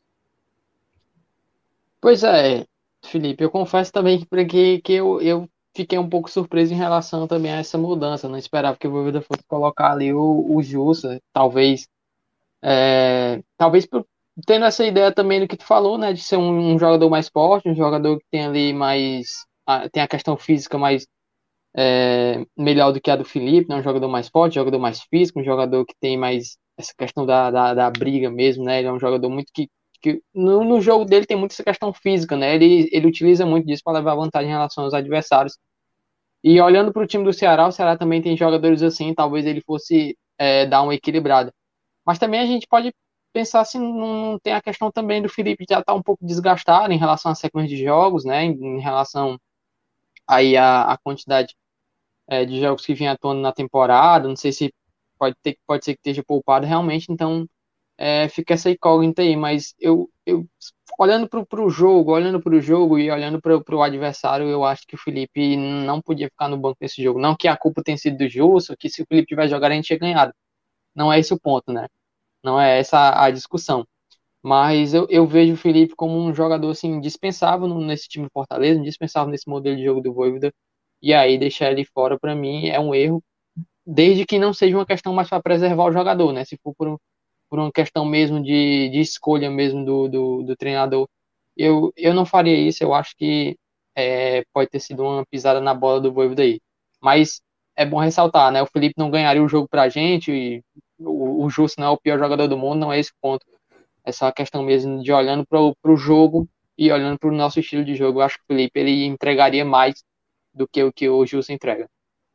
Pois é, Felipe, eu confesso também que, que, que eu, eu fiquei um pouco surpreso em relação também a essa mudança. Eu não esperava que o Vojvoda fosse colocar ali o, o Jussa, talvez, é, talvez por, tendo essa ideia também do que tu falou, né, de ser um, um jogador mais forte, um jogador que tem ali mais, a, tem a questão física mais é, melhor do que a do Felipe, né, um jogador mais forte, um jogador mais físico, um jogador que tem mais essa questão da, da, da briga mesmo, né, ele é um jogador muito que que no, no jogo dele tem muito essa questão física, né? Ele, ele utiliza muito disso para levar vantagem em relação aos adversários. E olhando para o time do Ceará, o Ceará também tem jogadores assim, talvez ele fosse é, dar uma equilibrada. Mas também a gente pode pensar se não tem a questão também do Felipe já estar tá um pouco desgastado em relação à sequência de jogos, né? Em, em relação aí à, à quantidade é, de jogos que vinha atuando na temporada. Não sei se pode, ter, pode ser que esteja poupado realmente, então é, fica essa incógnita aí, mas eu, eu olhando para o jogo, olhando para o jogo e olhando para o adversário, eu acho que o Felipe não podia ficar no banco nesse jogo. Não que a culpa tenha sido do Justo, que se o Felipe tivesse jogado a gente tinha ganhado. Não é esse o ponto, né? Não é essa a discussão. Mas eu, eu vejo o Felipe como um jogador assim, indispensável nesse time do Fortaleza, indispensável nesse modelo de jogo do Vojvoda. E aí deixar ele fora, para mim, é um erro, desde que não seja uma questão mais para preservar o jogador, né? Se for por um por uma questão mesmo de, de escolha mesmo do, do, do treinador. Eu, eu não faria isso, eu acho que é, pode ter sido uma pisada na bola do Vojvoda aí. Mas é bom ressaltar, né? O Felipe não ganharia o jogo pra gente, e o, o Justo não é o pior jogador do mundo, não é esse o ponto. É só a questão mesmo de olhando pro, pro jogo e olhando pro nosso estilo de jogo. Eu acho que o Felipe ele entregaria mais do que o que o Justo entrega.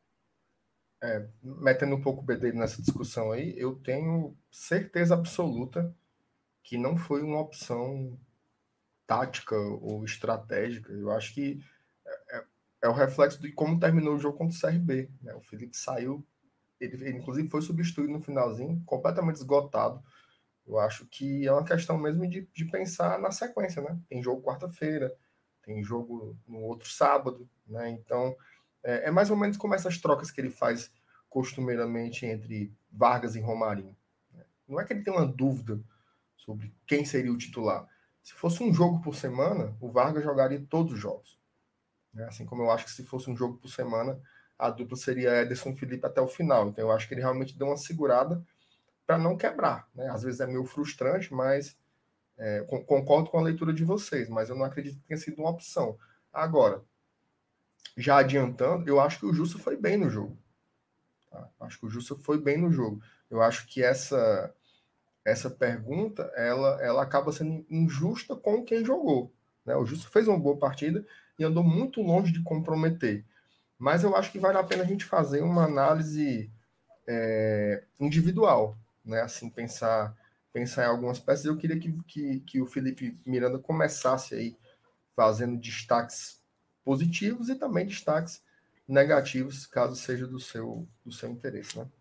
É, metendo um pouco o bedelho nessa discussão aí, eu tenho certeza absoluta que não foi uma opção tática ou estratégica. Eu acho que é, é o reflexo de como terminou o jogo contra o C R B. Né? O Felipe saiu, ele, ele inclusive foi substituído no finalzinho, completamente esgotado. Eu acho que é uma questão mesmo de, de pensar na sequência, né? Tem jogo quarta-feira, tem jogo no outro sábado, né? Então, é, é mais ou menos como essas trocas que ele faz costumeiramente entre Vargas e Romarinho. Né? Não é que ele tem uma dúvida sobre quem seria o titular. Se fosse um jogo por semana, o Vargas jogaria todos os jogos. Né? Assim como eu acho que se fosse um jogo por semana, a dupla seria Ederson e Felipe até o final. Então, eu acho que ele realmente deu uma segurada para não quebrar. Né? Às vezes é meio frustrante, mas é, concordo com a leitura de vocês, mas eu não acredito que tenha sido uma opção. Agora, já adiantando, eu acho que o Justo foi bem no jogo. Tá? Acho que o Justo foi bem no jogo. Eu acho que essa, essa pergunta ela, ela acaba sendo injusta com quem jogou. Né? O Justo fez uma boa partida e andou muito longe de comprometer. Mas eu acho que vale a pena a gente fazer uma análise é, individual. Né, assim, pensar, pensar em algumas peças. Eu queria que, que, que o Felipe Miranda começasse aí fazendo destaques positivos e também destaques negativos, caso seja do seu, do seu interesse, né?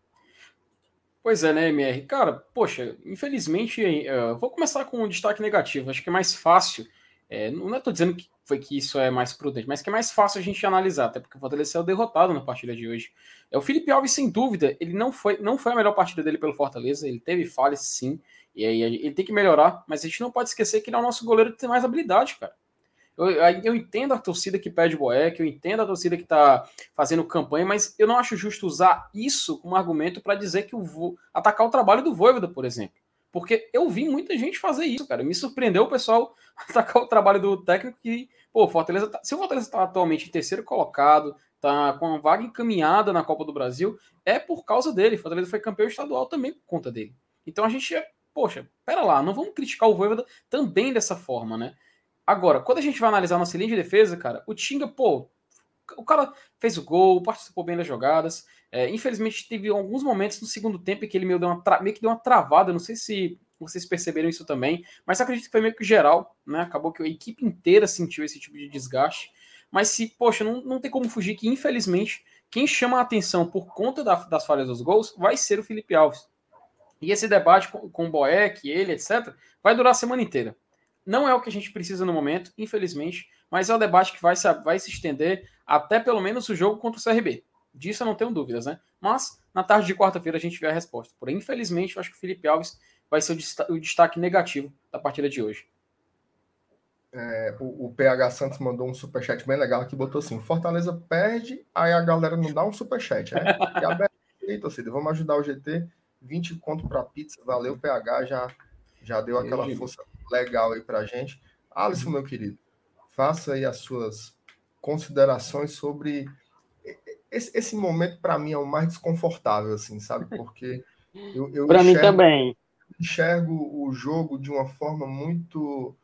Pois é, né, M R? Cara, poxa, infelizmente, uh, vou começar com um destaque negativo. Acho que é mais fácil, é, não estou dizendo que foi que isso é mais prudente, mas que é mais fácil a gente analisar, até porque o Fortaleza saiu derrotado na partida de hoje. É, o Felipe Alves, sem dúvida, ele não foi, não foi a melhor partida dele pelo Fortaleza, ele teve falhas, sim, e aí ele tem que melhorar, mas a gente não pode esquecer que ele é o nosso goleiro que tem mais habilidade, cara. Eu, eu entendo a torcida que pede Boeck, eu entendo a torcida que está fazendo campanha, mas eu não acho justo usar isso como argumento para dizer que o atacar o trabalho do Vojvoda, por exemplo. Porque eu vi muita gente fazer isso, cara. Me surpreendeu o pessoal atacar o trabalho do técnico que, pô, Fortaleza tá, se o Fortaleza está atualmente em terceiro colocado, tá com uma vaga encaminhada na Copa do Brasil, é por causa dele. Fortaleza foi campeão estadual também por conta dele. Então a gente, poxa, pera lá, não vamos criticar o Vojvoda também dessa forma, né? Agora, quando a gente vai analisar a nossa linha de defesa, cara, o Tinga, pô, o cara fez o gol, participou bem das jogadas. É, infelizmente, teve alguns momentos no segundo tempo em que ele meio, deu uma tra... meio que deu uma travada. Não sei se vocês perceberam isso também, mas acredito que foi meio que geral, né? Acabou que a equipe inteira sentiu esse tipo de desgaste. Mas se, poxa, não, não tem como fugir que, infelizmente, quem chama a atenção por conta da, das falhas dos gols vai ser o Felipe Alves. E esse debate com, com o Boeck, ele, etcétera, vai durar a semana inteira. Não é o que a gente precisa no momento, infelizmente, mas é um debate que vai se, vai se estender até pelo menos o jogo contra o C R B. Disso eu não tenho dúvidas, né? Mas na tarde de quarta-feira a gente vê a resposta. Porém, infelizmente, eu acho que o Felipe Alves vai ser o destaque negativo da partida de hoje. É, o, o P H Santos mandou um superchat bem legal que botou assim: Fortaleza perde, aí a galera não dá um superchat, né? E a aí, torcida, vamos ajudar o G T, vinte conto para pizza, valeu, P H, já, já deu aquela força legal aí pra gente. Alisson, meu querido, faça aí as suas considerações sobre esse, esse momento, para mim, é o mais desconfortável, assim, sabe? Porque eu, eu para mim também enxergo o jogo de uma forma muito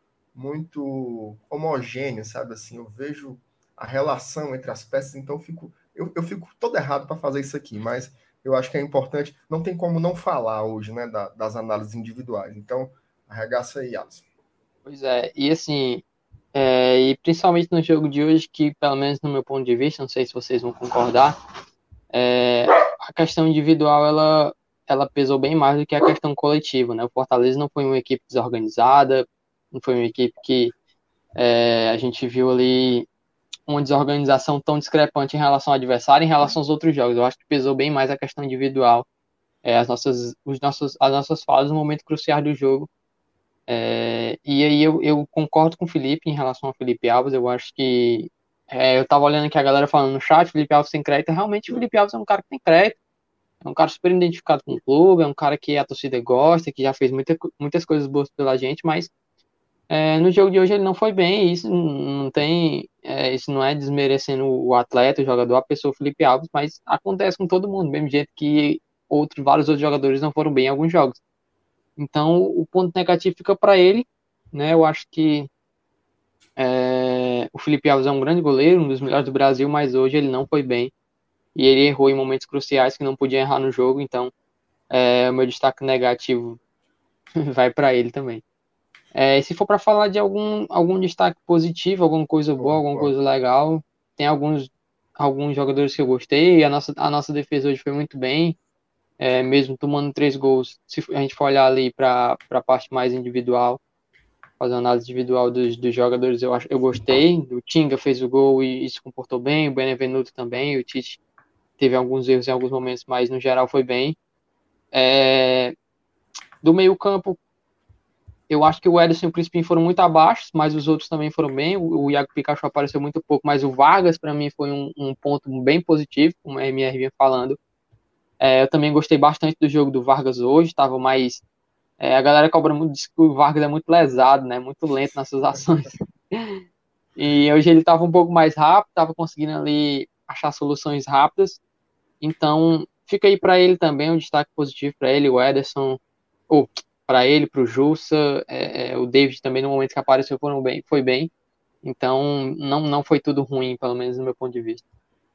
muito homogênea, sabe? Assim, eu vejo a relação entre as peças, então eu fico, eu, eu fico todo errado para fazer isso aqui, mas eu acho que é importante, não tem como não falar hoje, né, da, das análises individuais. Então, arregaça aí, Alisson. Pois é, e assim, é, e principalmente no jogo de hoje, que pelo menos no meu ponto de vista, não sei se vocês vão concordar, é, a questão individual, ela, ela pesou bem mais do que a questão coletiva, né? O Fortaleza não foi uma equipe desorganizada, não foi uma equipe que é, a gente viu ali uma desorganização tão discrepante em relação ao adversário, em relação aos outros jogos. Eu acho que pesou bem mais a questão individual, é, as, nossas, os nossos, as nossas falas no momento crucial do jogo. É, e aí eu, eu concordo com o Felipe em relação ao Felipe Alves. Eu acho que é, eu tava olhando aqui a galera falando no chat, Felipe Alves tem crédito. Realmente o Felipe Alves é um cara que tem crédito. É um cara super identificado com o clube, é um cara que a torcida gosta, que já fez muita, muitas coisas boas pela gente, mas é, no jogo de hoje ele não foi bem, e isso não tem, é, isso não é desmerecendo o atleta, o jogador, a pessoa Felipe Alves, mas acontece com todo mundo, do mesmo jeito que outros, vários outros jogadores não foram bem em alguns jogos. Então o ponto negativo fica para ele, né? Eu acho que é, o Felipe Alves é um grande goleiro, um dos melhores do Brasil, mas hoje ele não foi bem e ele errou em momentos cruciais que não podia errar no jogo, então é, o meu destaque negativo vai para ele também. É, se for para falar de algum, algum destaque positivo, alguma coisa boa, alguma coisa legal, tem alguns, alguns jogadores que eu gostei. A nossa, a nossa defesa hoje foi muito bem, é, mesmo tomando três gols. Se a gente for olhar ali para a parte mais individual, fazer uma análise individual dos, dos jogadores, eu, acho, eu gostei. O Tinga fez o gol e, e se comportou bem, o Benevenuto também, o Tite teve alguns erros em alguns momentos, mas no geral foi bem. É, do meio campo, eu acho que o Ederson e o Crispim foram muito abaixo, mas os outros também foram bem. O, o Iago Pikachu apareceu muito pouco, mas o Vargas, para mim, foi um, um ponto bem positivo, como a M R vinha falando. É, eu também gostei bastante do jogo do Vargas hoje, estava mais. É, a galera cobra muito, diz que o Vargas é muito lesado, né? Muito lento nas suas ações. E hoje ele estava um pouco mais rápido, estava conseguindo ali achar soluções rápidas. Então, fica aí para ele também um destaque positivo para ele, o Ederson, ou para ele, para o Jussa, é, é, o David também no momento que apareceu foram bem, foi bem. Então, não, não foi tudo ruim, pelo menos no meu ponto de vista.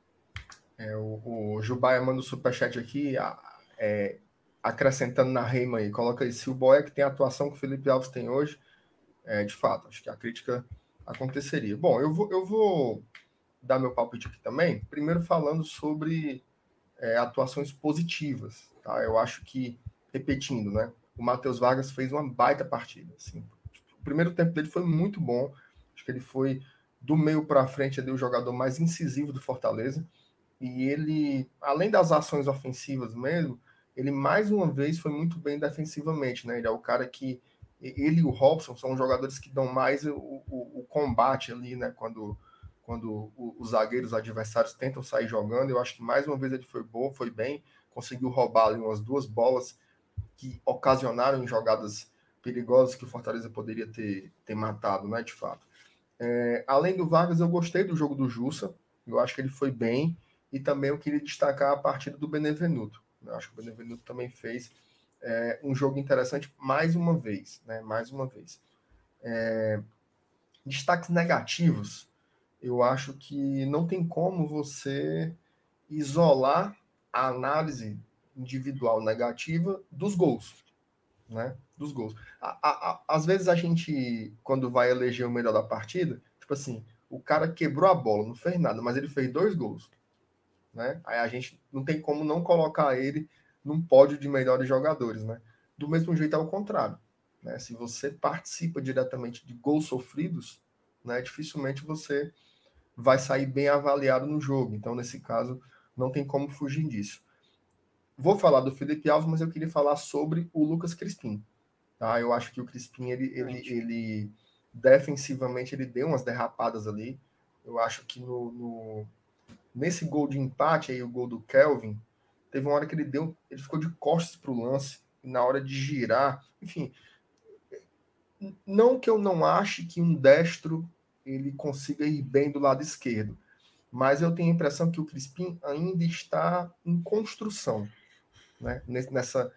É, o, o Jubaia manda o superchat aqui, é, acrescentando na rima aí, coloca aí, se o Boia que tem a atuação que o Felipe Alves tem hoje, é, de fato, acho que a crítica aconteceria. Bom, eu vou, eu vou dar meu palpite aqui também, primeiro falando sobre é, atuações positivas, tá? Eu acho que, repetindo, né, o Matheus Vargas fez uma baita partida, assim. O primeiro tempo dele foi muito bom, acho que ele foi do meio para frente ali, o jogador mais incisivo do Fortaleza, e ele, além das ações ofensivas mesmo, ele mais uma vez foi muito bem defensivamente, né? Ele é o cara que, ele e o Robson são jogadores que dão mais o, o, o combate ali, né? Quando, quando os zagueiros adversários tentam sair jogando, eu acho que mais uma vez ele foi bom, foi bem, conseguiu roubar ali umas duas bolas que ocasionaram em jogadas perigosas que o Fortaleza poderia ter, ter matado, né? De fato. É, além do Vargas, eu gostei do jogo do Jussa, eu acho que ele foi bem, e também eu queria destacar a partida do Benevenuto. Eu acho que o Benevenuto também fez é, um jogo interessante mais uma vez, né? Mais uma vez. É, destaques negativos, eu acho que não tem como você isolar a análise individual negativa dos gols, né? Dos gols. A, a, a, às vezes a gente, quando vai eleger o melhor da partida, tipo assim, o cara quebrou a bola, não fez nada, mas ele fez dois gols, né? Aí a gente não tem como não colocar ele num pódio de melhores jogadores, né? Do mesmo jeito é o contrário, né? Se você participa diretamente de gols sofridos, né, dificilmente você vai sair bem avaliado no jogo. Então, nesse caso, não tem como fugir disso. Vou falar do Felipe Alves, mas eu queria falar sobre o Lucas Crispim. Tá? Eu acho que o Crispim, ele, ele, ele defensivamente, ele deu umas derrapadas ali. Eu acho que no, no, nesse gol de empate, aí, o gol do Kelvin, teve uma hora que ele deu, ele ficou de costas para o lance, e na hora de girar, enfim, não que eu não ache que um destro ele consiga ir bem do lado esquerdo, mas eu tenho a impressão que o Crispim ainda está em construção, né? Nessa,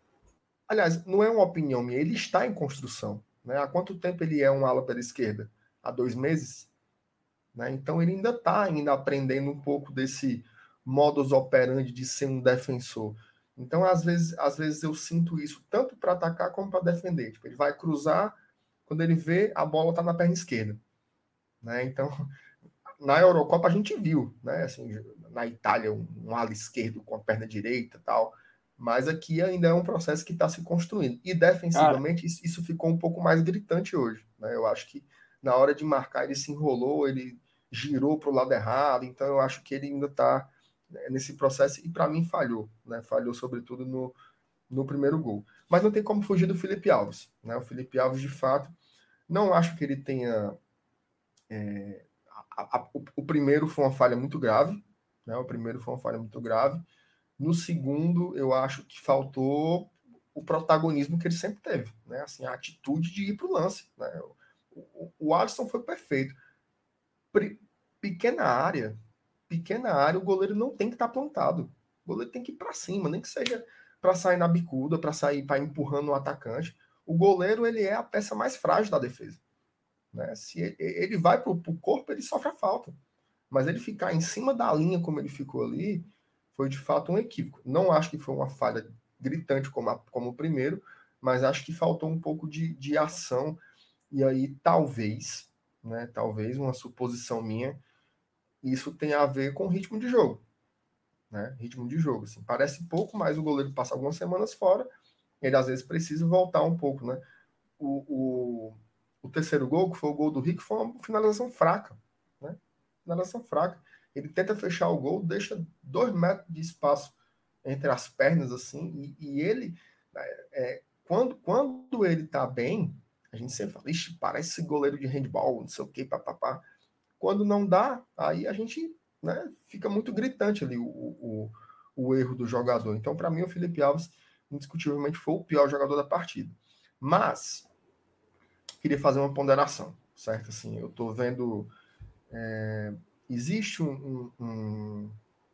aliás, não é uma opinião minha, ele está em construção, né? Há quanto tempo ele é um ala pela esquerda? Há dois meses, né? Então ele ainda está ainda aprendendo um pouco desse modus operandi de ser um defensor. Então às vezes, às vezes eu sinto isso tanto para atacar como para defender. Tipo, ele vai cruzar, quando ele vê a bola está na perna esquerda, né? Então na Eurocopa a gente viu, né? Assim, na Itália, um, um ala esquerdo com a perna direita e tal. Mas aqui ainda é um processo que está se construindo. E Cara, defensivamente, isso, isso ficou um pouco mais gritante hoje, né? Eu acho que na hora de marcar, ele se enrolou, ele girou para o lado errado. Então, eu acho que ele ainda está nesse processo. E para mim, falhou, né? Falhou, sobretudo, no, no primeiro gol. Mas não tem como fugir do Felipe Alves, né? O Felipe Alves, de fato, não acho que ele tenha. É, a, a, o, o primeiro foi uma falha muito grave, né? O primeiro foi uma falha muito grave. No segundo, eu acho que faltou o protagonismo que ele sempre teve, né? Assim, a atitude de ir para o lance, né? O, o, o Alisson foi perfeito. Pre, pequena área, pequena área, o goleiro não tem que estar tá plantado. O goleiro tem que ir para cima, nem que seja para sair na bicuda, para sair, para empurrando o atacante. O goleiro, ele é a peça mais frágil da defesa, né? Se ele, ele vai para o corpo, ele sofre a falta. Mas ele ficar em cima da linha como ele ficou ali, foi de fato um equívoco. Não acho que foi uma falha gritante como, a, como o primeiro, mas acho que faltou um pouco de, de ação. E aí, talvez, né, talvez, uma suposição minha, isso tem a ver com ritmo de jogo. Né? Ritmo de jogo. Assim. Parece pouco, mas o goleiro passa algumas semanas fora, ele às vezes precisa voltar um pouco. Né? O, o, o terceiro gol, que foi o gol do Rick, foi uma finalização fraca. Né? Finalização fraca. Ele tenta fechar o gol, deixa dois metros de espaço entre as pernas, assim, e, e ele, é, quando, quando ele tá bem, a gente sempre fala, ixi, parece goleiro de handball, não sei o que, papapá. Quando não dá, aí a gente, né, fica muito gritante ali o, o, o erro do jogador. Então, para mim, o Felipe Alves, indiscutivelmente, foi o pior jogador da partida. Mas, queria fazer uma ponderação, certo? Assim, eu tô vendo... É, existe um, um,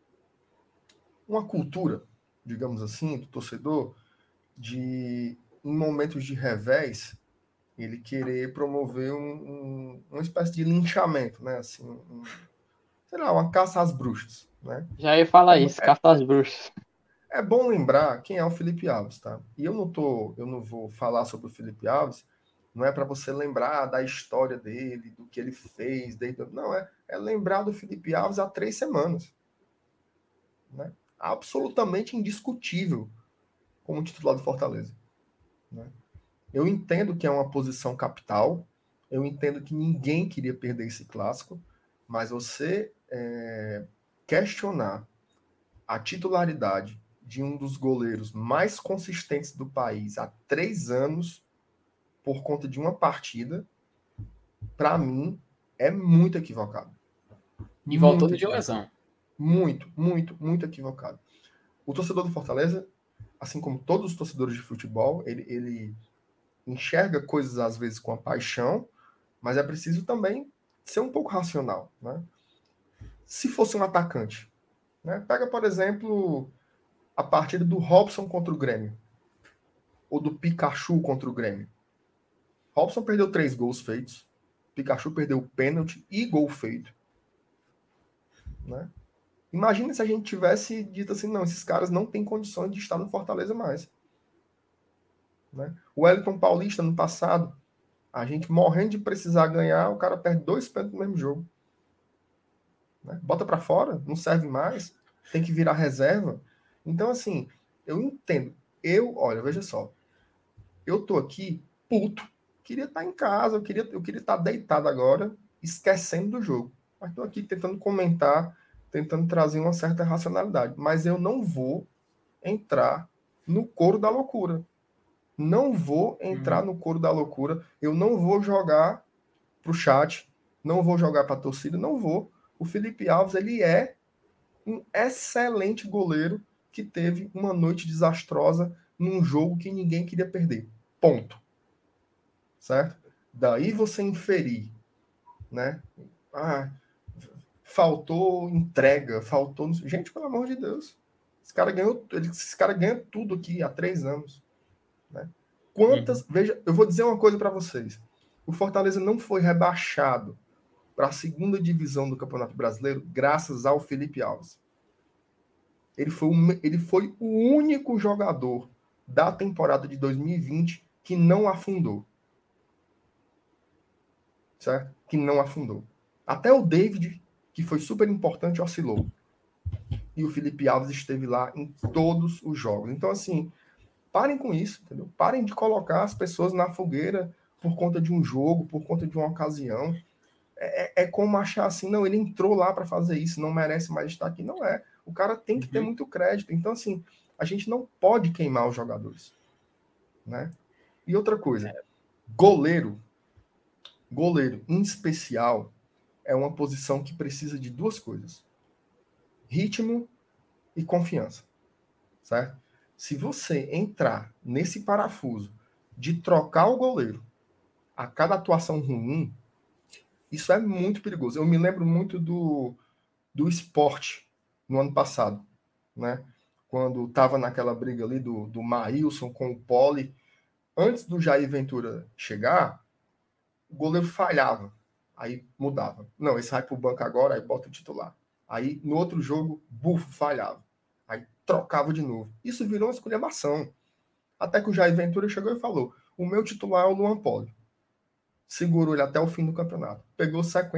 uma cultura, digamos assim, do torcedor, de, em momentos de revés, ele querer promover um, um, uma espécie de linchamento, né? Assim, um, sei lá, uma caça às bruxas, né? Já ia falar é, isso, caça às bruxas. É bom lembrar quem é o Felipe Alves, tá? E eu não tô, eu não vou falar sobre o Felipe Alves, não é para você lembrar da história dele, do que ele fez, desde... não, é, é lembrar do Felipe Alves há três semanas. Né? Absolutamente indiscutível como titular do Fortaleza. Né? Eu entendo que é uma posição capital, eu entendo que ninguém queria perder esse clássico, mas você é, questionar a titularidade de um dos goleiros mais consistentes do país há três anos por conta de uma partida, para mim, é muito equivocado. E voltando de lesão. Muito, muito, muito equivocado. O torcedor do Fortaleza, assim como todos os torcedores de futebol, ele, ele enxerga coisas às vezes com a paixão, mas é preciso também ser um pouco racional. Né? Se fosse um atacante, né? Pega, por exemplo, a partida do Robson contra o Grêmio, ou do Pikachu contra o Grêmio. Robson perdeu três gols feitos, Pikachu perdeu pênalti e gol feito. Né? Imagina se a gente tivesse dito assim, não, esses caras não têm condições de estar no Fortaleza mais. Né? O Wellington Paulista, no passado, a gente morrendo de precisar ganhar, o cara perde dois pênaltis no mesmo jogo. Né? Bota para fora, não serve mais, tem que virar reserva. Então, assim, eu entendo. Eu, olha, veja só, eu tô aqui puto, queria estar em casa, eu queria, eu queria estar deitado agora, esquecendo do jogo. Mas tô aqui tentando comentar, tentando trazer uma certa racionalidade. Mas eu não vou entrar no coro da loucura. Não vou entrar no coro da loucura. Eu não vou jogar pro chat, não vou jogar para a torcida, não vou. O Felipe Alves, ele é um excelente goleiro que teve uma noite desastrosa num jogo que ninguém queria perder. Ponto. Certo? Daí você inferir, né? Ah, faltou entrega, faltou... Gente, pelo amor de Deus. Esse cara ganhou, esse cara ganha tudo aqui há três anos. Né? Quantas... Uhum. Veja, eu vou dizer uma coisa para vocês. O Fortaleza não foi rebaixado para a segunda divisão do Campeonato Brasileiro graças ao Felipe Alves. Ele foi, um, ele foi o único jogador da temporada de dois mil e vinte que não afundou. Certo? Que não afundou. Até o David, que foi super importante, oscilou. E o Felipe Alves esteve lá em todos os jogos. Então, assim, parem com isso, entendeu? Parem de colocar as pessoas na fogueira por conta de um jogo, por conta de uma ocasião. É, é como achar assim, não, ele entrou lá para fazer isso, não merece mais estar aqui. Não é. O cara tem que uhum. ter muito crédito. Então, assim, a gente não pode queimar os jogadores. Né? E outra coisa, goleiro, goleiro, em especial, é uma posição que precisa de duas coisas. Ritmo e confiança. Certo? Se você entrar nesse parafuso de trocar o goleiro a cada atuação ruim, isso é muito perigoso. Eu me lembro muito do, do Sport no ano passado, né? Quando estava naquela briga ali do, do Maílson com o Poli. Antes do Jair Ventura chegar, o goleiro falhava. Aí mudava. Não, esse vai para o banco agora, aí bota o titular. Aí, no outro jogo, bufo, falhava. Aí trocava de novo. Isso virou uma esculhambação. Até que o Jair Ventura chegou e falou, o meu titular é o Luan Poli. Segurou ele até o fim do campeonato. Pegou sequência,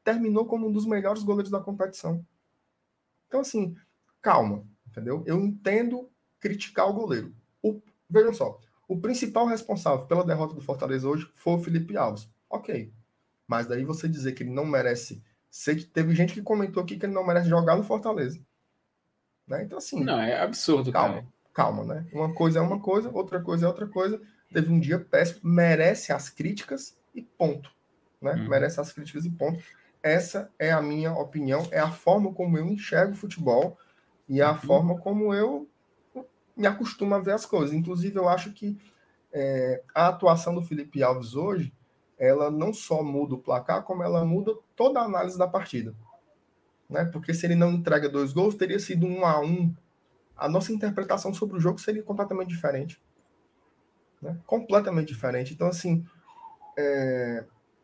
terminou como um dos melhores goleiros da competição. Então, assim, calma, entendeu? Eu entendo criticar o goleiro. O, vejam só, o principal responsável pela derrota do Fortaleza hoje foi o Felipe Alves. Ok. Mas daí você dizer que ele não merece ser... Teve gente que comentou aqui que ele não merece jogar no Fortaleza. Né? Então, assim... Não, é absurdo, calma, cara. Calma, né? Uma coisa é uma coisa, outra coisa é outra coisa. Teve um dia péssimo, merece as críticas e ponto. Né? Uhum. Merece as críticas e ponto. Essa é a minha opinião, é a forma como eu enxergo o futebol e a uhum. forma como eu me acostumo a ver as coisas. Inclusive, eu acho que é, a atuação do Felipe Alves hoje, ela não só muda o placar, como ela muda toda a análise da partida. Né? Porque se ele não entrega dois gols, teria sido um a um. A nossa interpretação sobre o jogo seria completamente diferente. Né? Completamente diferente. Então, assim, é,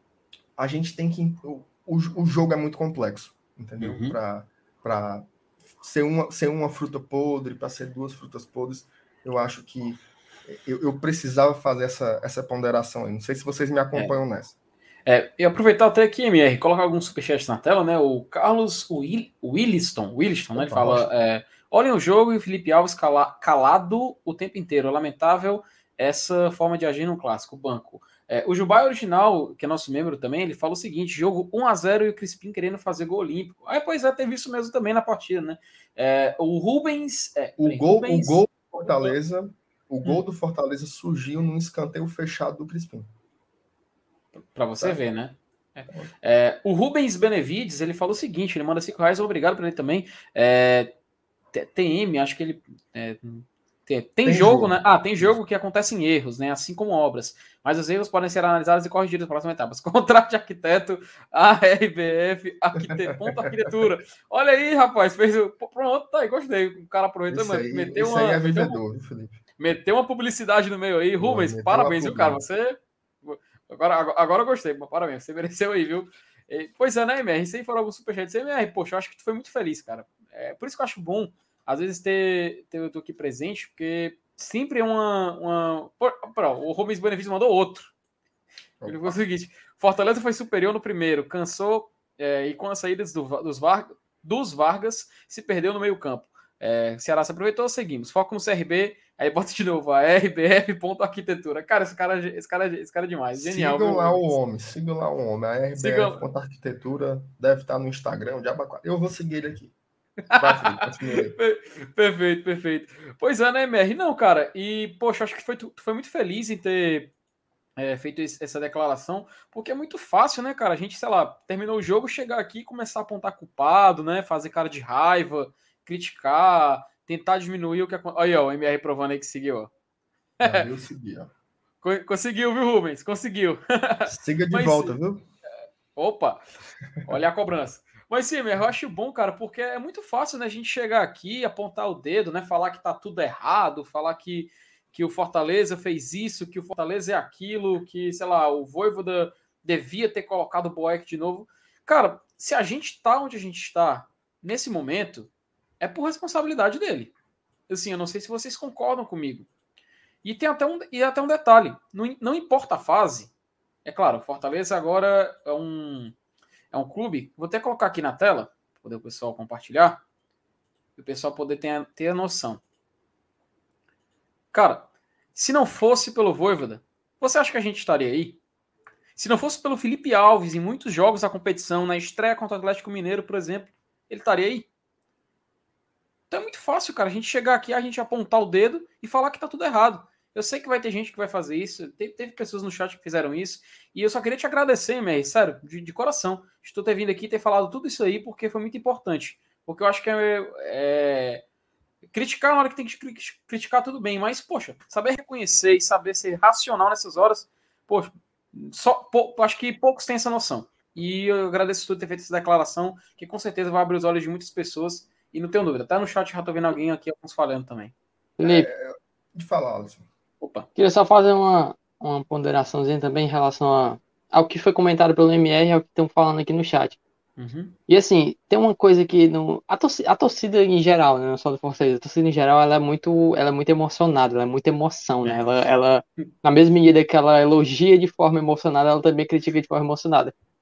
a gente tem que... O, o jogo é muito complexo, entendeu? Uhum. Para ser uma, ser uma fruta podre, para ser duas frutas podres, eu acho que eu, eu precisava fazer essa, essa ponderação aí. Não sei se vocês me acompanham é. nessa. É, e aproveitar até aqui, M R, colocar alguns superchats na tela, né? O Carlos Will, Williston, Williston, né? Ele fala: é, olhem o jogo e o Felipe Alves cala, calado o tempo inteiro. Lamentável essa forma de agir no clássico, banco. É, o Jubai Original, que é nosso membro também, ele fala o seguinte: jogo um a zero e o Crispim querendo fazer gol olímpico. Aí, pois é, teve isso mesmo também na partida, né? É, o Rubens. É, o, gol, Rubens, o gol do Fortaleza, o gol hum. do Fortaleza surgiu num escanteio fechado do Crispim. Para você tá. ver, né? É. É, o Rubens Benevides, ele fala o seguinte: ele manda cinco reais, obrigado para ele também. É, T M, acho que ele. É, tem, tem, tem jogo, jogo, né? Ah, tem jogo que acontecem erros, né? Assim como obras. Mas os erros podem ser analisados e corrigidos nas próximas etapas. Contrato de arquiteto, A R B F, arquiteto, ponto arquitetura. Olha aí, rapaz, fez o. Pronto, tá aí, gostei. O cara aproveitou, mano. Meteu isso uma. Aí é meteu, vivedor, uma Felipe. meteu uma publicidade no meio aí. Rubens, Não, parabéns, viu, cara? Você. Agora, agora, agora eu gostei, parabéns, você mereceu aí, viu? E, pois é, né, M R? Isso aí foram alguns superchats. M R, poxa, eu acho que tu foi muito feliz, cara. É, por isso que eu acho bom, às vezes, ter, ter eu tô aqui presente, porque sempre é uma. uma... Pô, o Rubens Benefício mandou outro. Ele falou o seguinte: Fortaleza foi superior no primeiro, cansou é, e com as saídas do, dos, Vargas, dos Vargas se perdeu no meio-campo. É, Ceará se aproveitou, seguimos. Foco no C R B, aí bota de novo a R B F ponto arquitetura. Cara, esse cara, esse cara, esse cara é demais. Genial. Sigam viu, lá o homem, sigam lá o homem. A R B F ponto arquitetura deve estar no Instagram, o Diaba quatro. Eu vou seguir ele aqui. Vai, Felipe, continua aí. Perfeito, perfeito. Pois é, né, M R? Não, cara, e, poxa, acho que foi, tu foi muito feliz em ter é, feito esse, essa declaração, porque é muito fácil, né, cara? A gente, sei lá, terminou o jogo, chegar aqui e começar a apontar culpado, né? Fazer cara de raiva, criticar, tentar diminuir o que aconteceu. Olha aí, ó, o M R provando aí que seguiu, ó. Ah, eu segui, ó. Conseguiu, viu, Rubens? Conseguiu. Siga de Mas, volta, viu? Opa! Olha a cobrança. Mas sim, eu acho bom, cara, porque é muito fácil, né, a gente chegar aqui, apontar o dedo, né, falar que tá tudo errado, falar que, que o Fortaleza fez isso, que o Fortaleza é aquilo, que, sei lá, o Vojvoda devia ter colocado o Boeck de novo. Cara, se a gente tá onde a gente está nesse momento, é por responsabilidade dele. Assim, eu não sei se vocês concordam comigo. E tem até um, e até um detalhe, não, não importa a fase, é claro, o Fortaleza agora é um... É um clube, vou até colocar aqui na tela, para poder o pessoal compartilhar, e o pessoal poder ter a, ter a noção. Cara, se não fosse pelo Vojvoda, você acha que a gente estaria aí? Se não fosse pelo Felipe Alves em muitos jogos da competição, na estreia contra o Atlético Mineiro, por exemplo, ele estaria aí? Então é muito fácil, cara, a gente chegar aqui, a gente apontar o dedo e falar que tá tudo errado. Eu sei que vai ter gente que vai fazer isso, teve, teve pessoas no chat que fizeram isso, e eu só queria te agradecer, Mer, sério, de, de coração, de tu ter vindo aqui e ter falado tudo isso aí, porque foi muito importante. Porque eu acho que é, é... criticar na hora que tem que criticar, tudo bem, mas, poxa, saber reconhecer e saber ser racional nessas horas, poxa, só, pô, acho que poucos têm essa noção. E eu agradeço tu ter feito essa declaração, que com certeza vai abrir os olhos de muitas pessoas, e não tenho dúvida, tá no chat, já tô vendo alguém aqui, alguns falando também. Felipe. É, de falar, Alisson. Opa. Queria só fazer uma, uma ponderaçãozinha também em relação a, ao que foi comentado pelo M R e ao que estão falando aqui no chat. Uhum. E assim, tem uma coisa que no, a, torcida, a torcida em geral, né, não só do Fortaleza, a torcida em geral, ela é muito, ela é muito emocionada, ela é muita emoção, né? Ela, ela, na mesma medida que ela elogia de forma emocionada, ela também critica de forma emocionada.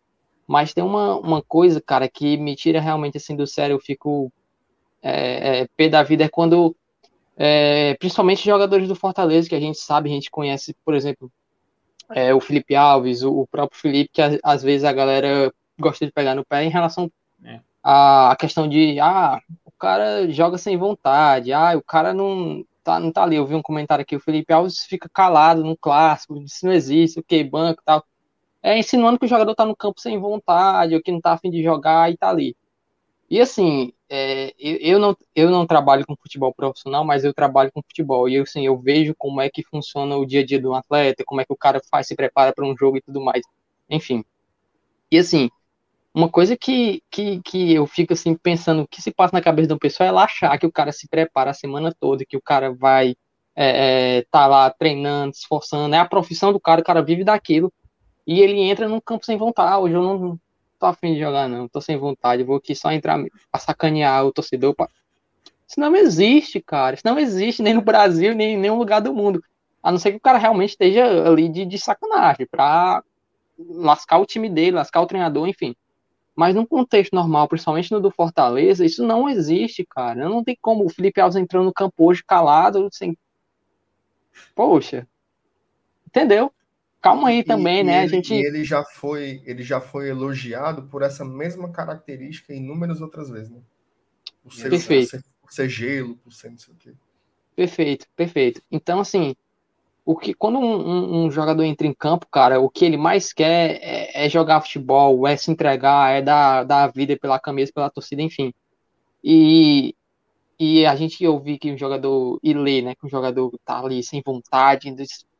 Mas tem uma, uma coisa, cara, que me tira realmente assim do sério, eu fico é, é, pé da vida, é quando, é, principalmente jogadores do Fortaleza, que a gente sabe, a gente conhece, por exemplo, é, o Felipe Alves, o, o próprio Felipe, que a- às vezes a galera gosta de pegar no pé em relação É. à, à questão de, ah, o cara joga sem vontade, ah, o cara não tá, não tá ali. Eu vi um comentário aqui, o Felipe Alves fica calado no clássico, isso não existe, o que, banco e tal. É insinuando que o jogador tá no campo sem vontade, ou que não tá a fim de jogar e tá ali. E assim, é, eu, eu não, eu não trabalho com futebol profissional, mas eu trabalho com futebol. E eu, assim, eu vejo como é que funciona o dia a dia de um atleta, como é que o cara faz, se prepara para um jogo e tudo mais. Enfim. E assim, uma coisa que, que, que eu fico assim pensando, o que se passa na cabeça de uma pessoa é ela achar que o cara se prepara a semana toda, que o cara vai é, é, tá lá treinando, se esforçando, é a profissão do cara, o cara vive daquilo. E ele entra num campo sem vontade. Hoje eu não tô afim de jogar, não. Tô sem vontade. Vou aqui só entrar pra sacanear o torcedor. Pra... Isso não existe, cara. Isso não existe nem no Brasil, nem em nenhum lugar do mundo. A não ser que o cara realmente esteja ali de, de sacanagem, pra lascar o time dele, lascar o treinador, enfim. Mas num contexto normal, principalmente no do Fortaleza, isso não existe, cara. Não tem como o Felipe Alves entrando no campo hoje calado, sem. Poxa, entendeu? Calma E, aí e, também, e né? A ele, e gente. ele já foi, ele já foi elogiado por essa mesma característica inúmeras outras vezes, né? Por ser, por Perfeito. ser, por ser gelo, por ser não sei o quê. Perfeito, perfeito. Então, assim, o que quando um, um- um jogador entra em campo, cara, o que ele mais quer é, é jogar futebol, é se entregar, é dar, dar a vida pela camisa, pela torcida, enfim. E, e a gente ouvir que um jogador, e ler, né, que um jogador tá ali sem vontade,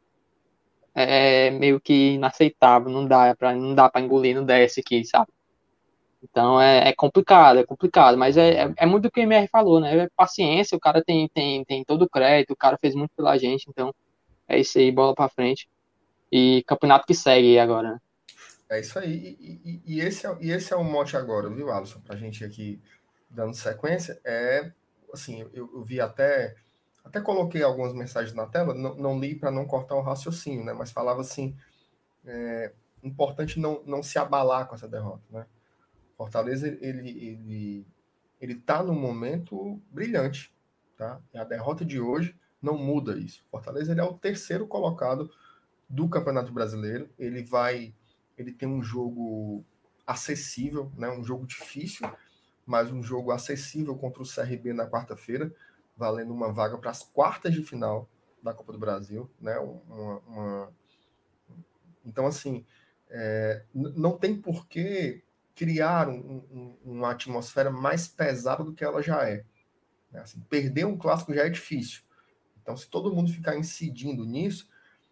é meio que inaceitável, não dá pra, não dá pra engolir, não desce aqui, sabe? Então é, é complicado, é complicado, mas é, é, é muito do que o M R falou, né? É paciência, o cara tem, tem, tem todo o crédito, o cara fez muito pela gente, então é isso aí, bola pra frente. E campeonato que segue agora, né? É isso aí. E, e- e esse é, e esse é o mote agora, viu, Alisson? Para a gente aqui dando sequência. É assim, eu, eu vi até. Até coloquei algumas mensagens na tela, não, não li para não cortar o raciocínio, né? Mas falava assim: é importante não, não se abalar com essa derrota, né? Fortaleza, ele, ele, ele tá num momento brilhante, tá? E a derrota de hoje não muda isso. Fortaleza, ele é o terceiro colocado do Campeonato Brasileiro. Ele vai, ele tem um jogo acessível, né? Um jogo difícil, mas um jogo acessível contra o C R B na quarta-feira, valendo uma vaga para as quartas de final da Copa do Brasil, né? Uma, uma... Então, assim, é, não tem por que criar um, um, uma atmosfera mais pesada do que ela já é. Né? Assim, perder um clássico já é difícil. Então, se todo mundo ficar incidindo nisso,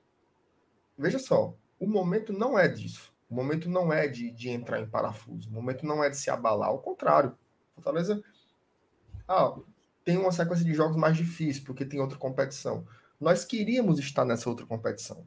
veja só, o momento não é disso. O momento não é de, de entrar em parafuso. O momento não é de se abalar. Ao contrário. Fortaleza ah, tem uma sequência de jogos mais difícil, porque tem outra competição. Nós queríamos estar nessa outra competição.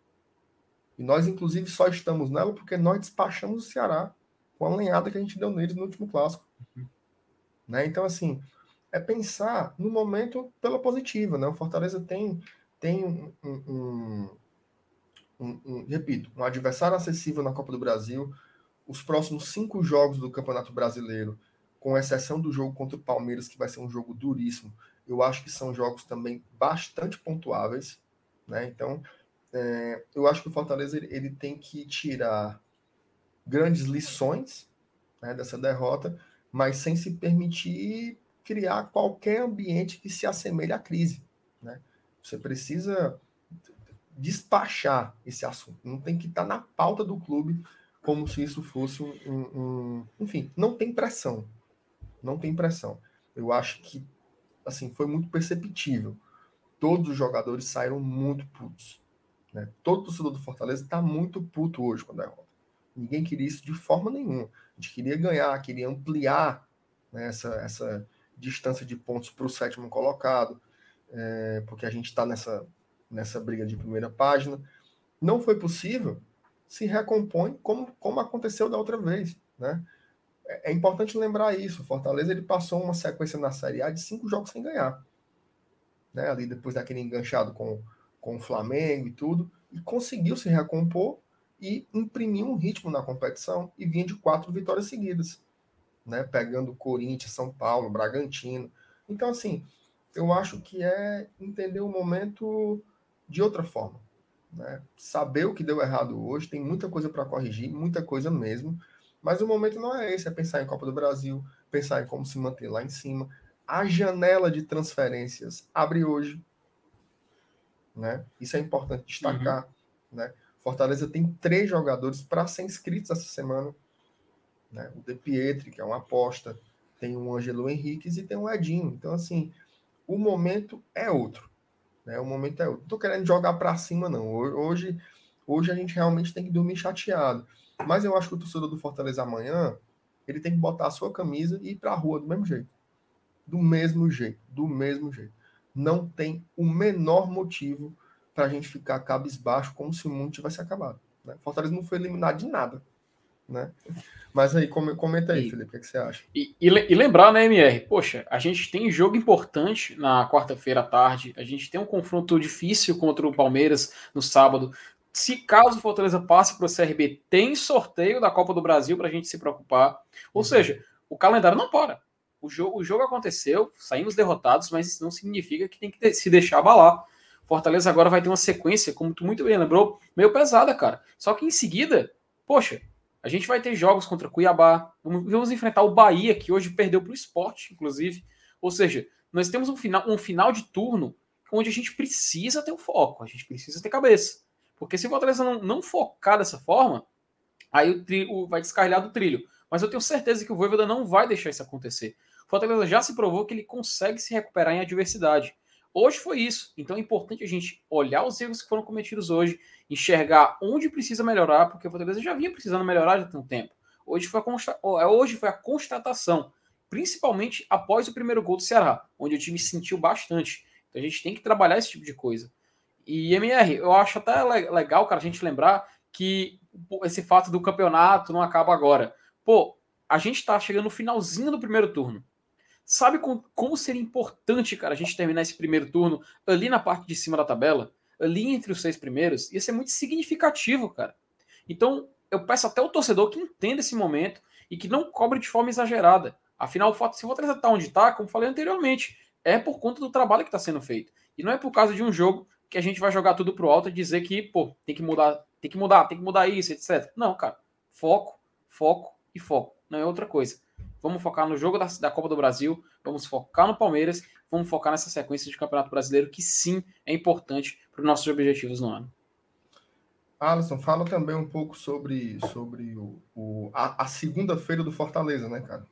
E nós, inclusive, só estamos nela porque nós despachamos o Ceará com a lenhada que a gente deu neles no último clássico. Né? Então, assim, é pensar no momento pela positiva. Né? O Fortaleza tem, tem um, um, um, um, repito, um adversário acessível na Copa do Brasil. Os próximos cinco jogos do Campeonato Brasileiro, com exceção do jogo contra o Palmeiras, que vai ser um jogo duríssimo, eu acho que são jogos também bastante pontuáveis. Né? Então, é, eu acho que o Fortaleza ele, ele tem que tirar grandes lições, né, dessa derrota, mas sem se permitir criar qualquer ambiente que se assemelhe à crise. Né? Você precisa despachar esse assunto. Não tem que estar na pauta do clube como se isso fosse um, um, um... Enfim, não tem pressão. Não tem pressão. Eu acho que assim foi muito perceptível. Todos os jogadores saíram muito putos. Né? Todo torcedor do Fortaleza está muito puto hoje com a derrota. Ninguém queria isso de forma nenhuma. A gente queria ganhar, queria ampliar, né, essa, essa distância de pontos para o sétimo colocado, é, porque a gente está nessa, nessa briga de primeira página. Não foi possível, se recompõe como, como aconteceu da outra vez. Né? É, é importante lembrar isso. O Fortaleza ele passou uma sequência na Série A de cinco jogos sem ganhar. Né? Ali depois daquele enganchado com, com o Flamengo e tudo, e conseguiu se recompor e imprimiu um ritmo na competição e vinha de quatro vitórias seguidas, né? Pegando Corinthians, São Paulo, Bragantino. Então, assim, eu acho que é entender o momento de outra forma, né? Saber o que deu errado hoje, tem muita coisa para corrigir, muita coisa mesmo, mas o momento não é esse, é pensar em Copa do Brasil, pensar em como se manter lá em cima. A janela de transferências abre hoje, né? Isso é importante destacar, uhum. né? Fortaleza tem três jogadores para ser inscritos essa semana, né? O De Pietri, que é uma aposta, tem o Ângelo Henriquez e tem o Edinho. Então, assim, o momento é outro, né? O momento é outro. Não tô querendo jogar para cima, não. Hoje, hoje a gente realmente tem que dormir chateado. Mas eu acho que o torcedor do Fortaleza amanhã, ele tem que botar a sua camisa e ir para a rua do mesmo jeito. Do mesmo jeito, do mesmo jeito. Não tem o menor motivo para a gente ficar cabisbaixo como se o mundo tivesse acabado, né? Fortaleza não foi eliminado de nada, né? Mas aí, comenta aí, e, Felipe, o que, é que você acha? E, e, e lembrar, né, M R? Poxa, a gente tem jogo importante na quarta-feira à tarde, a gente tem um confronto difícil contra o Palmeiras no sábado. Se caso o Fortaleza passe para o C R B, tem sorteio da Copa do Brasil para a gente se preocupar. Ou uhum. seja, o calendário não para. O jogo, o jogo aconteceu, saímos derrotados, mas isso não significa que tem que ter, se deixar abalar. Fortaleza agora vai ter uma sequência, como tu muito bem lembrou, meio pesada, cara. Só que em seguida, poxa, a gente vai ter jogos contra Cuiabá, vamos, vamos enfrentar o Bahia, que hoje perdeu para o Sport, inclusive. Ou seja, nós temos um final, um final de turno onde a gente precisa ter o foco, a gente precisa ter cabeça. Porque se o Fortaleza não, não focar dessa forma, aí o trilho vai descarrilhar do trilho. Mas eu tenho certeza que o Vojvoda não vai deixar isso acontecer. O Fortaleza já se provou que ele consegue se recuperar em adversidade. Hoje foi isso. Então é importante a gente olhar os erros que foram cometidos hoje, enxergar onde precisa melhorar, porque o Fortaleza já vinha precisando melhorar já tem um tempo. Hoje foi a, consta... hoje foi a constatação, principalmente após o primeiro gol do Ceará, onde o time sentiu bastante. Então a gente tem que trabalhar esse tipo de coisa. E, M R, eu acho até legal, cara, a gente lembrar que esse fato do campeonato não acaba agora. Pô, a gente tá chegando no finalzinho do primeiro turno. Sabe com, como seria importante, cara, a gente terminar esse primeiro turno ali na parte de cima da tabela, ali entre os seis primeiros? Ia ser muito significativo, cara. Então, eu peço até o torcedor que entenda esse momento e que não cobre de forma exagerada. Afinal, se o Fortaleza tá onde tá, como falei anteriormente, é por conta do trabalho que está sendo feito. E não é por causa de um jogo que a gente vai jogar tudo pro alto e dizer que, pô, tem que mudar, tem que mudar, tem que mudar isso, etcétera. Não, cara. Foco, foco e foco. Não é outra coisa. Vamos focar no jogo da, da Copa do Brasil, vamos focar no Palmeiras, vamos focar nessa sequência de Campeonato Brasileiro, que sim é importante para os nossos objetivos no ano. Alisson, fala também um pouco sobre, sobre o, o, a, a segunda-feira do Fortaleza, né, cara?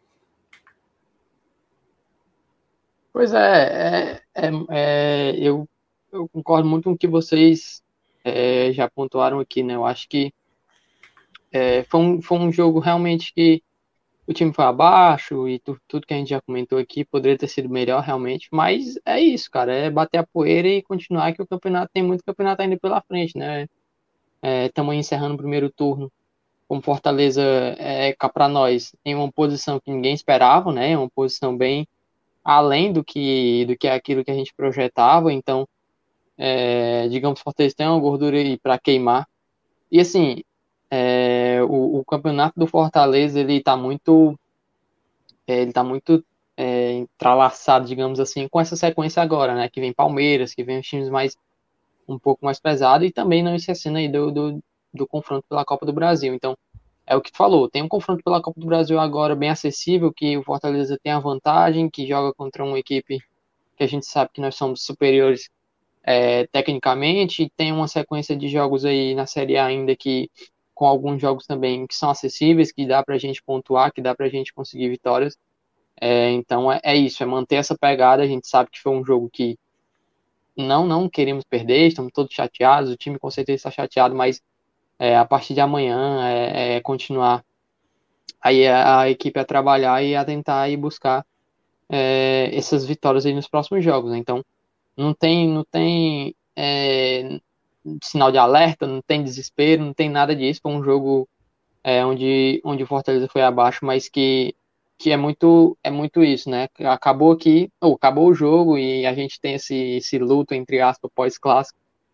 Pois é, é, é, é eu, eu concordo muito com o que vocês é, já pontuaram aqui, né? Eu acho que é, foi, um, foi um jogo realmente que o time foi abaixo e tu, tudo que a gente já comentou aqui poderia ter sido melhor realmente, mas é isso, cara, é bater a poeira e continuar que o campeonato, tem muito campeonato ainda pela frente, né? Estamos é, encerrando o primeiro turno com Fortaleza é, cá para nós em uma posição que ninguém esperava, né? Uma posição bem além do que do que aquilo que a gente projetava, então é, digamos, Fortaleza tem uma gordura aí para queimar. E assim, é, o, o campeonato do Fortaleza ele está muito é, ele tá muito é, entrelaçado, digamos assim, com essa sequência agora, né? Que vem Palmeiras, que vem os times mais um pouco mais pesados e também não esquecendo aí do, do, do confronto pela Copa do Brasil. Então, é o que tu falou, tem um confronto pela Copa do Brasil agora bem acessível, que o Fortaleza tem a vantagem, que joga contra uma equipe que a gente sabe que nós somos superiores é, tecnicamente, e tem uma sequência de jogos aí na Série A ainda que com alguns jogos também que são acessíveis, que dá pra gente pontuar, que dá pra gente conseguir vitórias. É, então é, é isso, é manter essa pegada. A gente sabe que foi um jogo que não, não queremos perder, estamos todos chateados, o time com certeza está chateado, mas é, a partir de amanhã é, é continuar aí a, a equipe a trabalhar e a tentar ir buscar é, essas vitórias aí nos próximos jogos, né? Então não tem, não tem é, sinal de alerta, não tem desespero, não tem nada disso. Foi um jogo é, onde, onde o Fortaleza foi abaixo, mas que, que é muito é muito isso, né? Acabou aqui, ou acabou o jogo e a gente tem esse, esse luto, entre aspas, pós-clássico,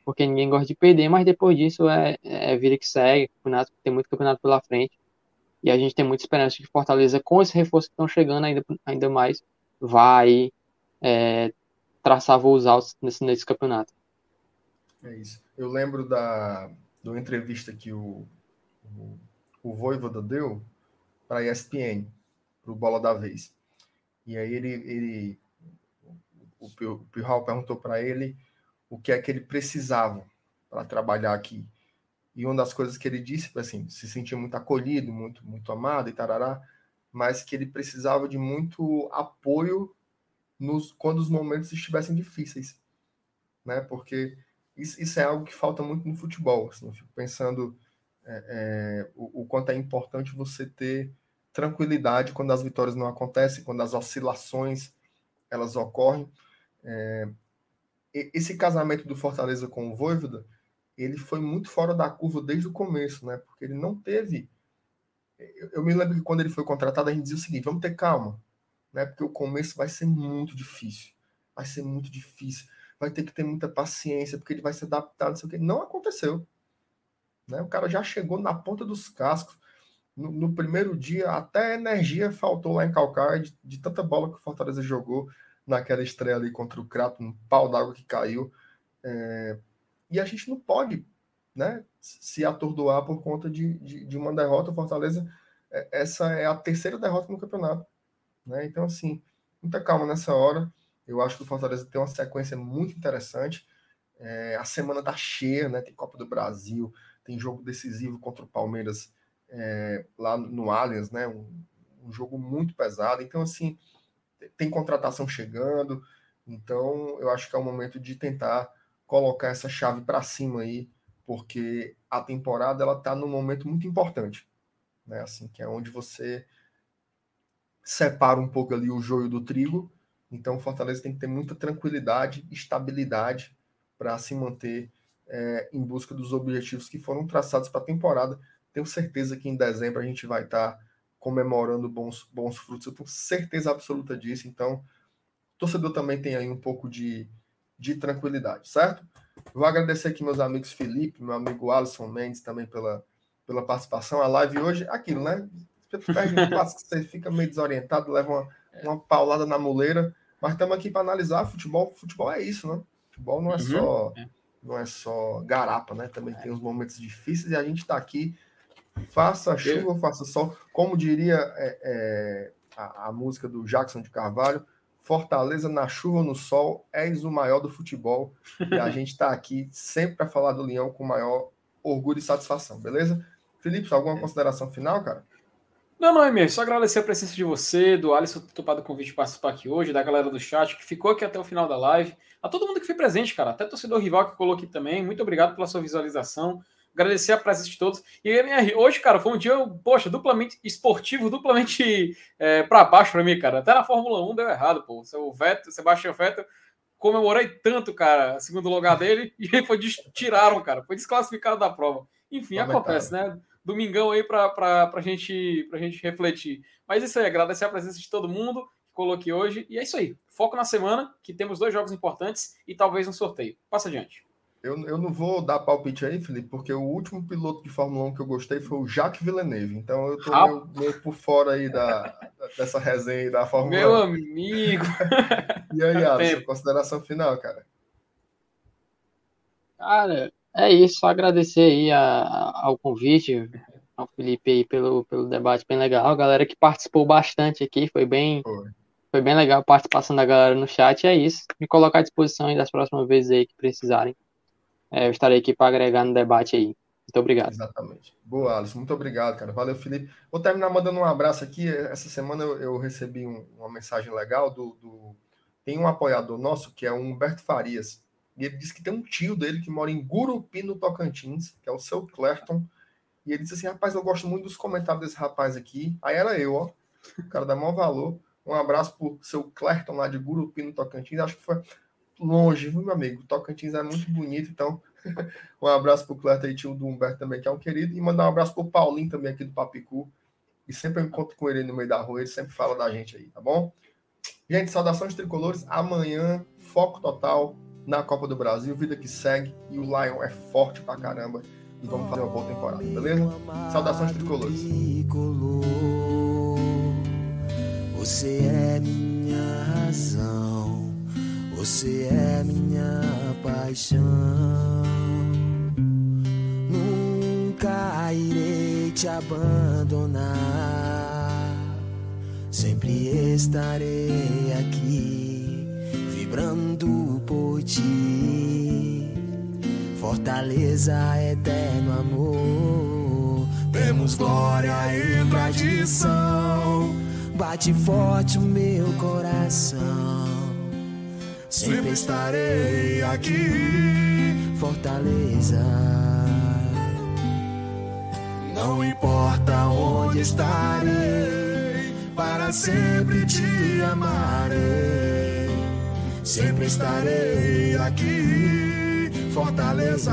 porque ninguém gosta de perder, mas depois disso é, é vida que segue, campeonato, tem muito campeonato pela frente, e a gente tem muita esperança de que Fortaleza, com esse reforço que estão chegando ainda, ainda mais, vai é, traçar voos altos nesse, nesse campeonato. É isso. Eu lembro da, de uma entrevista que o, o, o Vojvoda deu para a E S P N, para o Bola da Vez. E aí ele, ele o Pirral perguntou para ele o que é que ele precisava para trabalhar aqui. E uma das coisas que ele disse, assim, se sentia muito acolhido, muito, muito amado e tarará, mas que ele precisava de muito apoio nos, quando os momentos estivessem difíceis, né? Porque isso, isso é algo que falta muito no futebol. Assim, eu fico pensando é, é, o, o quanto é importante você ter tranquilidade quando as vitórias não acontecem, quando as oscilações elas ocorrem. É, esse casamento do Fortaleza com o Vojvoda, ele foi muito fora da curva desde o começo, né? Porque ele não teve. Eu, eu me lembro que quando ele foi contratado, a gente dizia o seguinte: vamos ter calma, né? Porque o começo vai ser muito difícil. Vai ser muito difícil. Vai ter que ter muita paciência, porque ele vai se adaptar, não sei o quê. Não aconteceu. Né? O cara já chegou na ponta dos cascos. No, no primeiro dia, até a energia faltou lá em Calcaia, de, de tanta bola que o Fortaleza jogou naquela estreia ali contra o Crato, um pau d'água que caiu. É, e a gente não pode, né, se atordoar por conta de, de, de uma derrota. O Fortaleza, é, essa é a terceira derrota no campeonato. Né? Então, assim, muita calma nessa hora. Eu acho que o Fortaleza tem uma sequência muito interessante. É, a semana tá cheia, né? Tem Copa do Brasil, tem jogo decisivo contra o Palmeiras é, lá no Allianz, né? Um, um jogo muito pesado. Então, assim, tem contratação chegando. Então, eu acho que é o momento de tentar colocar essa chave para cima aí, porque a temporada ela tá num momento muito importante, né? Assim, que é onde você separa um pouco ali o joio do trigo. Então, o Fortaleza tem que ter muita tranquilidade, estabilidade para se manter é, em busca dos objetivos que foram traçados para a temporada. Tenho certeza que em dezembro a gente vai estar tá comemorando bons, bons frutos. Eu tenho certeza absoluta disso. Então, o torcedor também tem aí um pouco de, de tranquilidade, certo? Vou agradecer aqui meus amigos Felipe, meu amigo Alisson Mendes também pela, pela participação. A live hoje, aquilo, né? Você perde um clássico, você fica meio desorientado, leva uma, uma paulada na muleira, mas estamos aqui para analisar futebol. Futebol é isso, né? Futebol não é só Uhum. não é só garapa, né? Também tem os momentos difíceis e a gente está aqui, faça chuva, faça sol. Como diria é, é, a, a música do Jackson de Carvalho, Fortaleza na chuva ou no sol, és o maior do futebol. E a gente está aqui sempre para falar do Leão com o maior orgulho e satisfação, beleza? Felipe, alguma consideração final, cara? Não, não é mesmo. Só agradecer a presença de você, do Alisson, ter topado o convite de participar aqui hoje, da galera do chat, que ficou aqui até o final da live. A todo mundo que foi presente, cara. Até o torcedor rival que colou aqui também. Muito obrigado pela sua visualização. Agradecer a presença de todos. E hoje, cara, foi um dia, poxa, duplamente esportivo, duplamente é, para baixo para mim, cara. Até na Fórmula um deu errado, pô. O Vettel, Sebastian Vettel, comemorei tanto, cara, segundo lugar dele, e foi tiraram, cara. Foi desclassificado da prova. Enfim, acontece, né? Domingão aí para a gente, pra gente refletir. Mas isso aí, agradecer a presença de todo mundo que colou aqui hoje. E é isso aí. Foco na semana, que temos dois jogos importantes e talvez um sorteio. Passa adiante. Eu, eu não vou dar palpite aí, Felipe, porque o último piloto de Fórmula um que eu gostei foi o Jacques Villeneuve. Então eu tô meio, meio por fora aí da, dessa resenha aí da Fórmula Meu um. Meu amigo! E aí, Alisson, consideração final, cara? Cara, é isso. Só agradecer aí a, ao convite, ao Felipe aí pelo, pelo debate bem legal. A galera que participou bastante aqui, foi bem, Foi. foi bem legal a participação da galera no chat. E é isso. Me colocar à disposição aí das próximas vezes aí que precisarem. É, eu estarei aqui para agregar no debate aí. Muito obrigado. Exatamente. Boa, Alisson. Muito obrigado, cara. Valeu, Felipe. Vou terminar mandando um abraço aqui. Essa semana eu, eu recebi um, uma mensagem legal do, do... Tem um apoiador nosso, que é o Humberto Farias. E ele disse que tem um tio dele que mora em Gurupi, no Tocantins, que é o seu Clerton. E ele disse assim, rapaz, eu gosto muito dos comentários desse rapaz aqui. Aí era eu, ó. O cara dá maior valor. Um abraço pro seu Clerton lá de Gurupi, no Tocantins. Acho que foi longe, viu, meu amigo? O Tocantins é muito bonito, então... Um abraço pro Clerton aí, tio do Humberto também, que é um querido. E mandar um abraço pro Paulinho também aqui do Papicu. E sempre eu encontro com ele no meio da rua, ele sempre fala da gente aí, tá bom? Gente, saudações tricolores. Amanhã, foco total na Copa do Brasil, vida que segue, e o Lion é forte pra caramba, e vamos fazer uma boa temporada, beleza? Saudações tricolores. Você é minha razão, você é minha paixão. Nunca irei te abandonar, sempre estarei aqui, vibrando por ti. Fortaleza, eterno amor, temos glória e tradição. Bate forte o meu coração, sempre estarei aqui, Fortaleza. Não importa onde estarei, para sempre te amarei. Sempre estarei aqui, Fortaleza.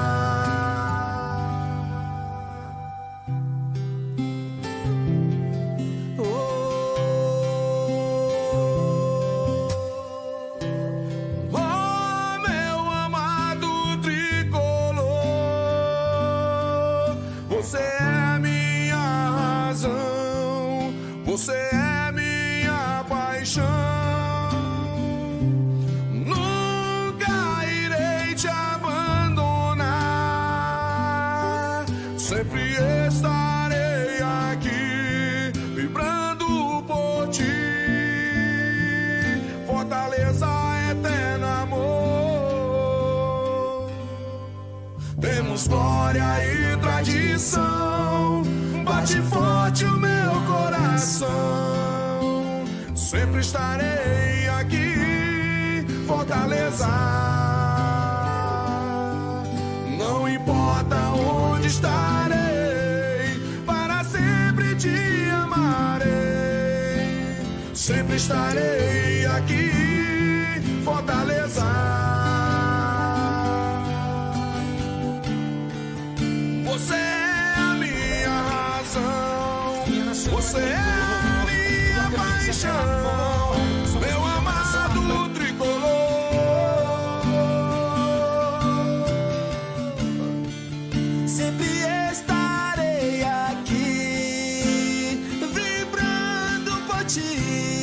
Você é minha paixão, nunca irei te abandonar, sempre estarei aqui, vibrando por ti. Fortaleza, eterno amor, temos glória e tradição. Bate forte o meu coração, sempre estarei aqui, Fortaleza. Não importa onde estarei, para sempre te amarei. Sempre estarei aqui, Fortaleza. Você Você é a minha paixão, meu amado tricolor. Sempre estarei aqui, vibrando por ti.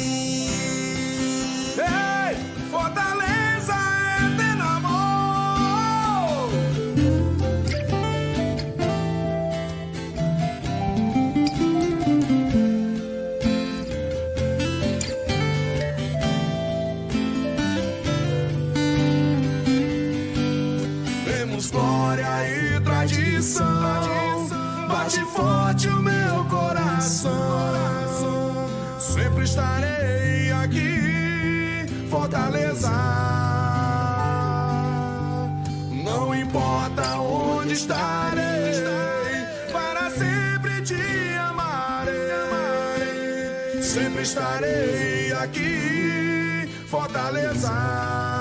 Ei, Fortaleza, eterno amor. Glória e tradição, bate forte o meu coração. Sempre estarei aqui, Fortaleza. Não importa onde estarei, para sempre te amarei. Sempre estarei aqui, Fortaleza.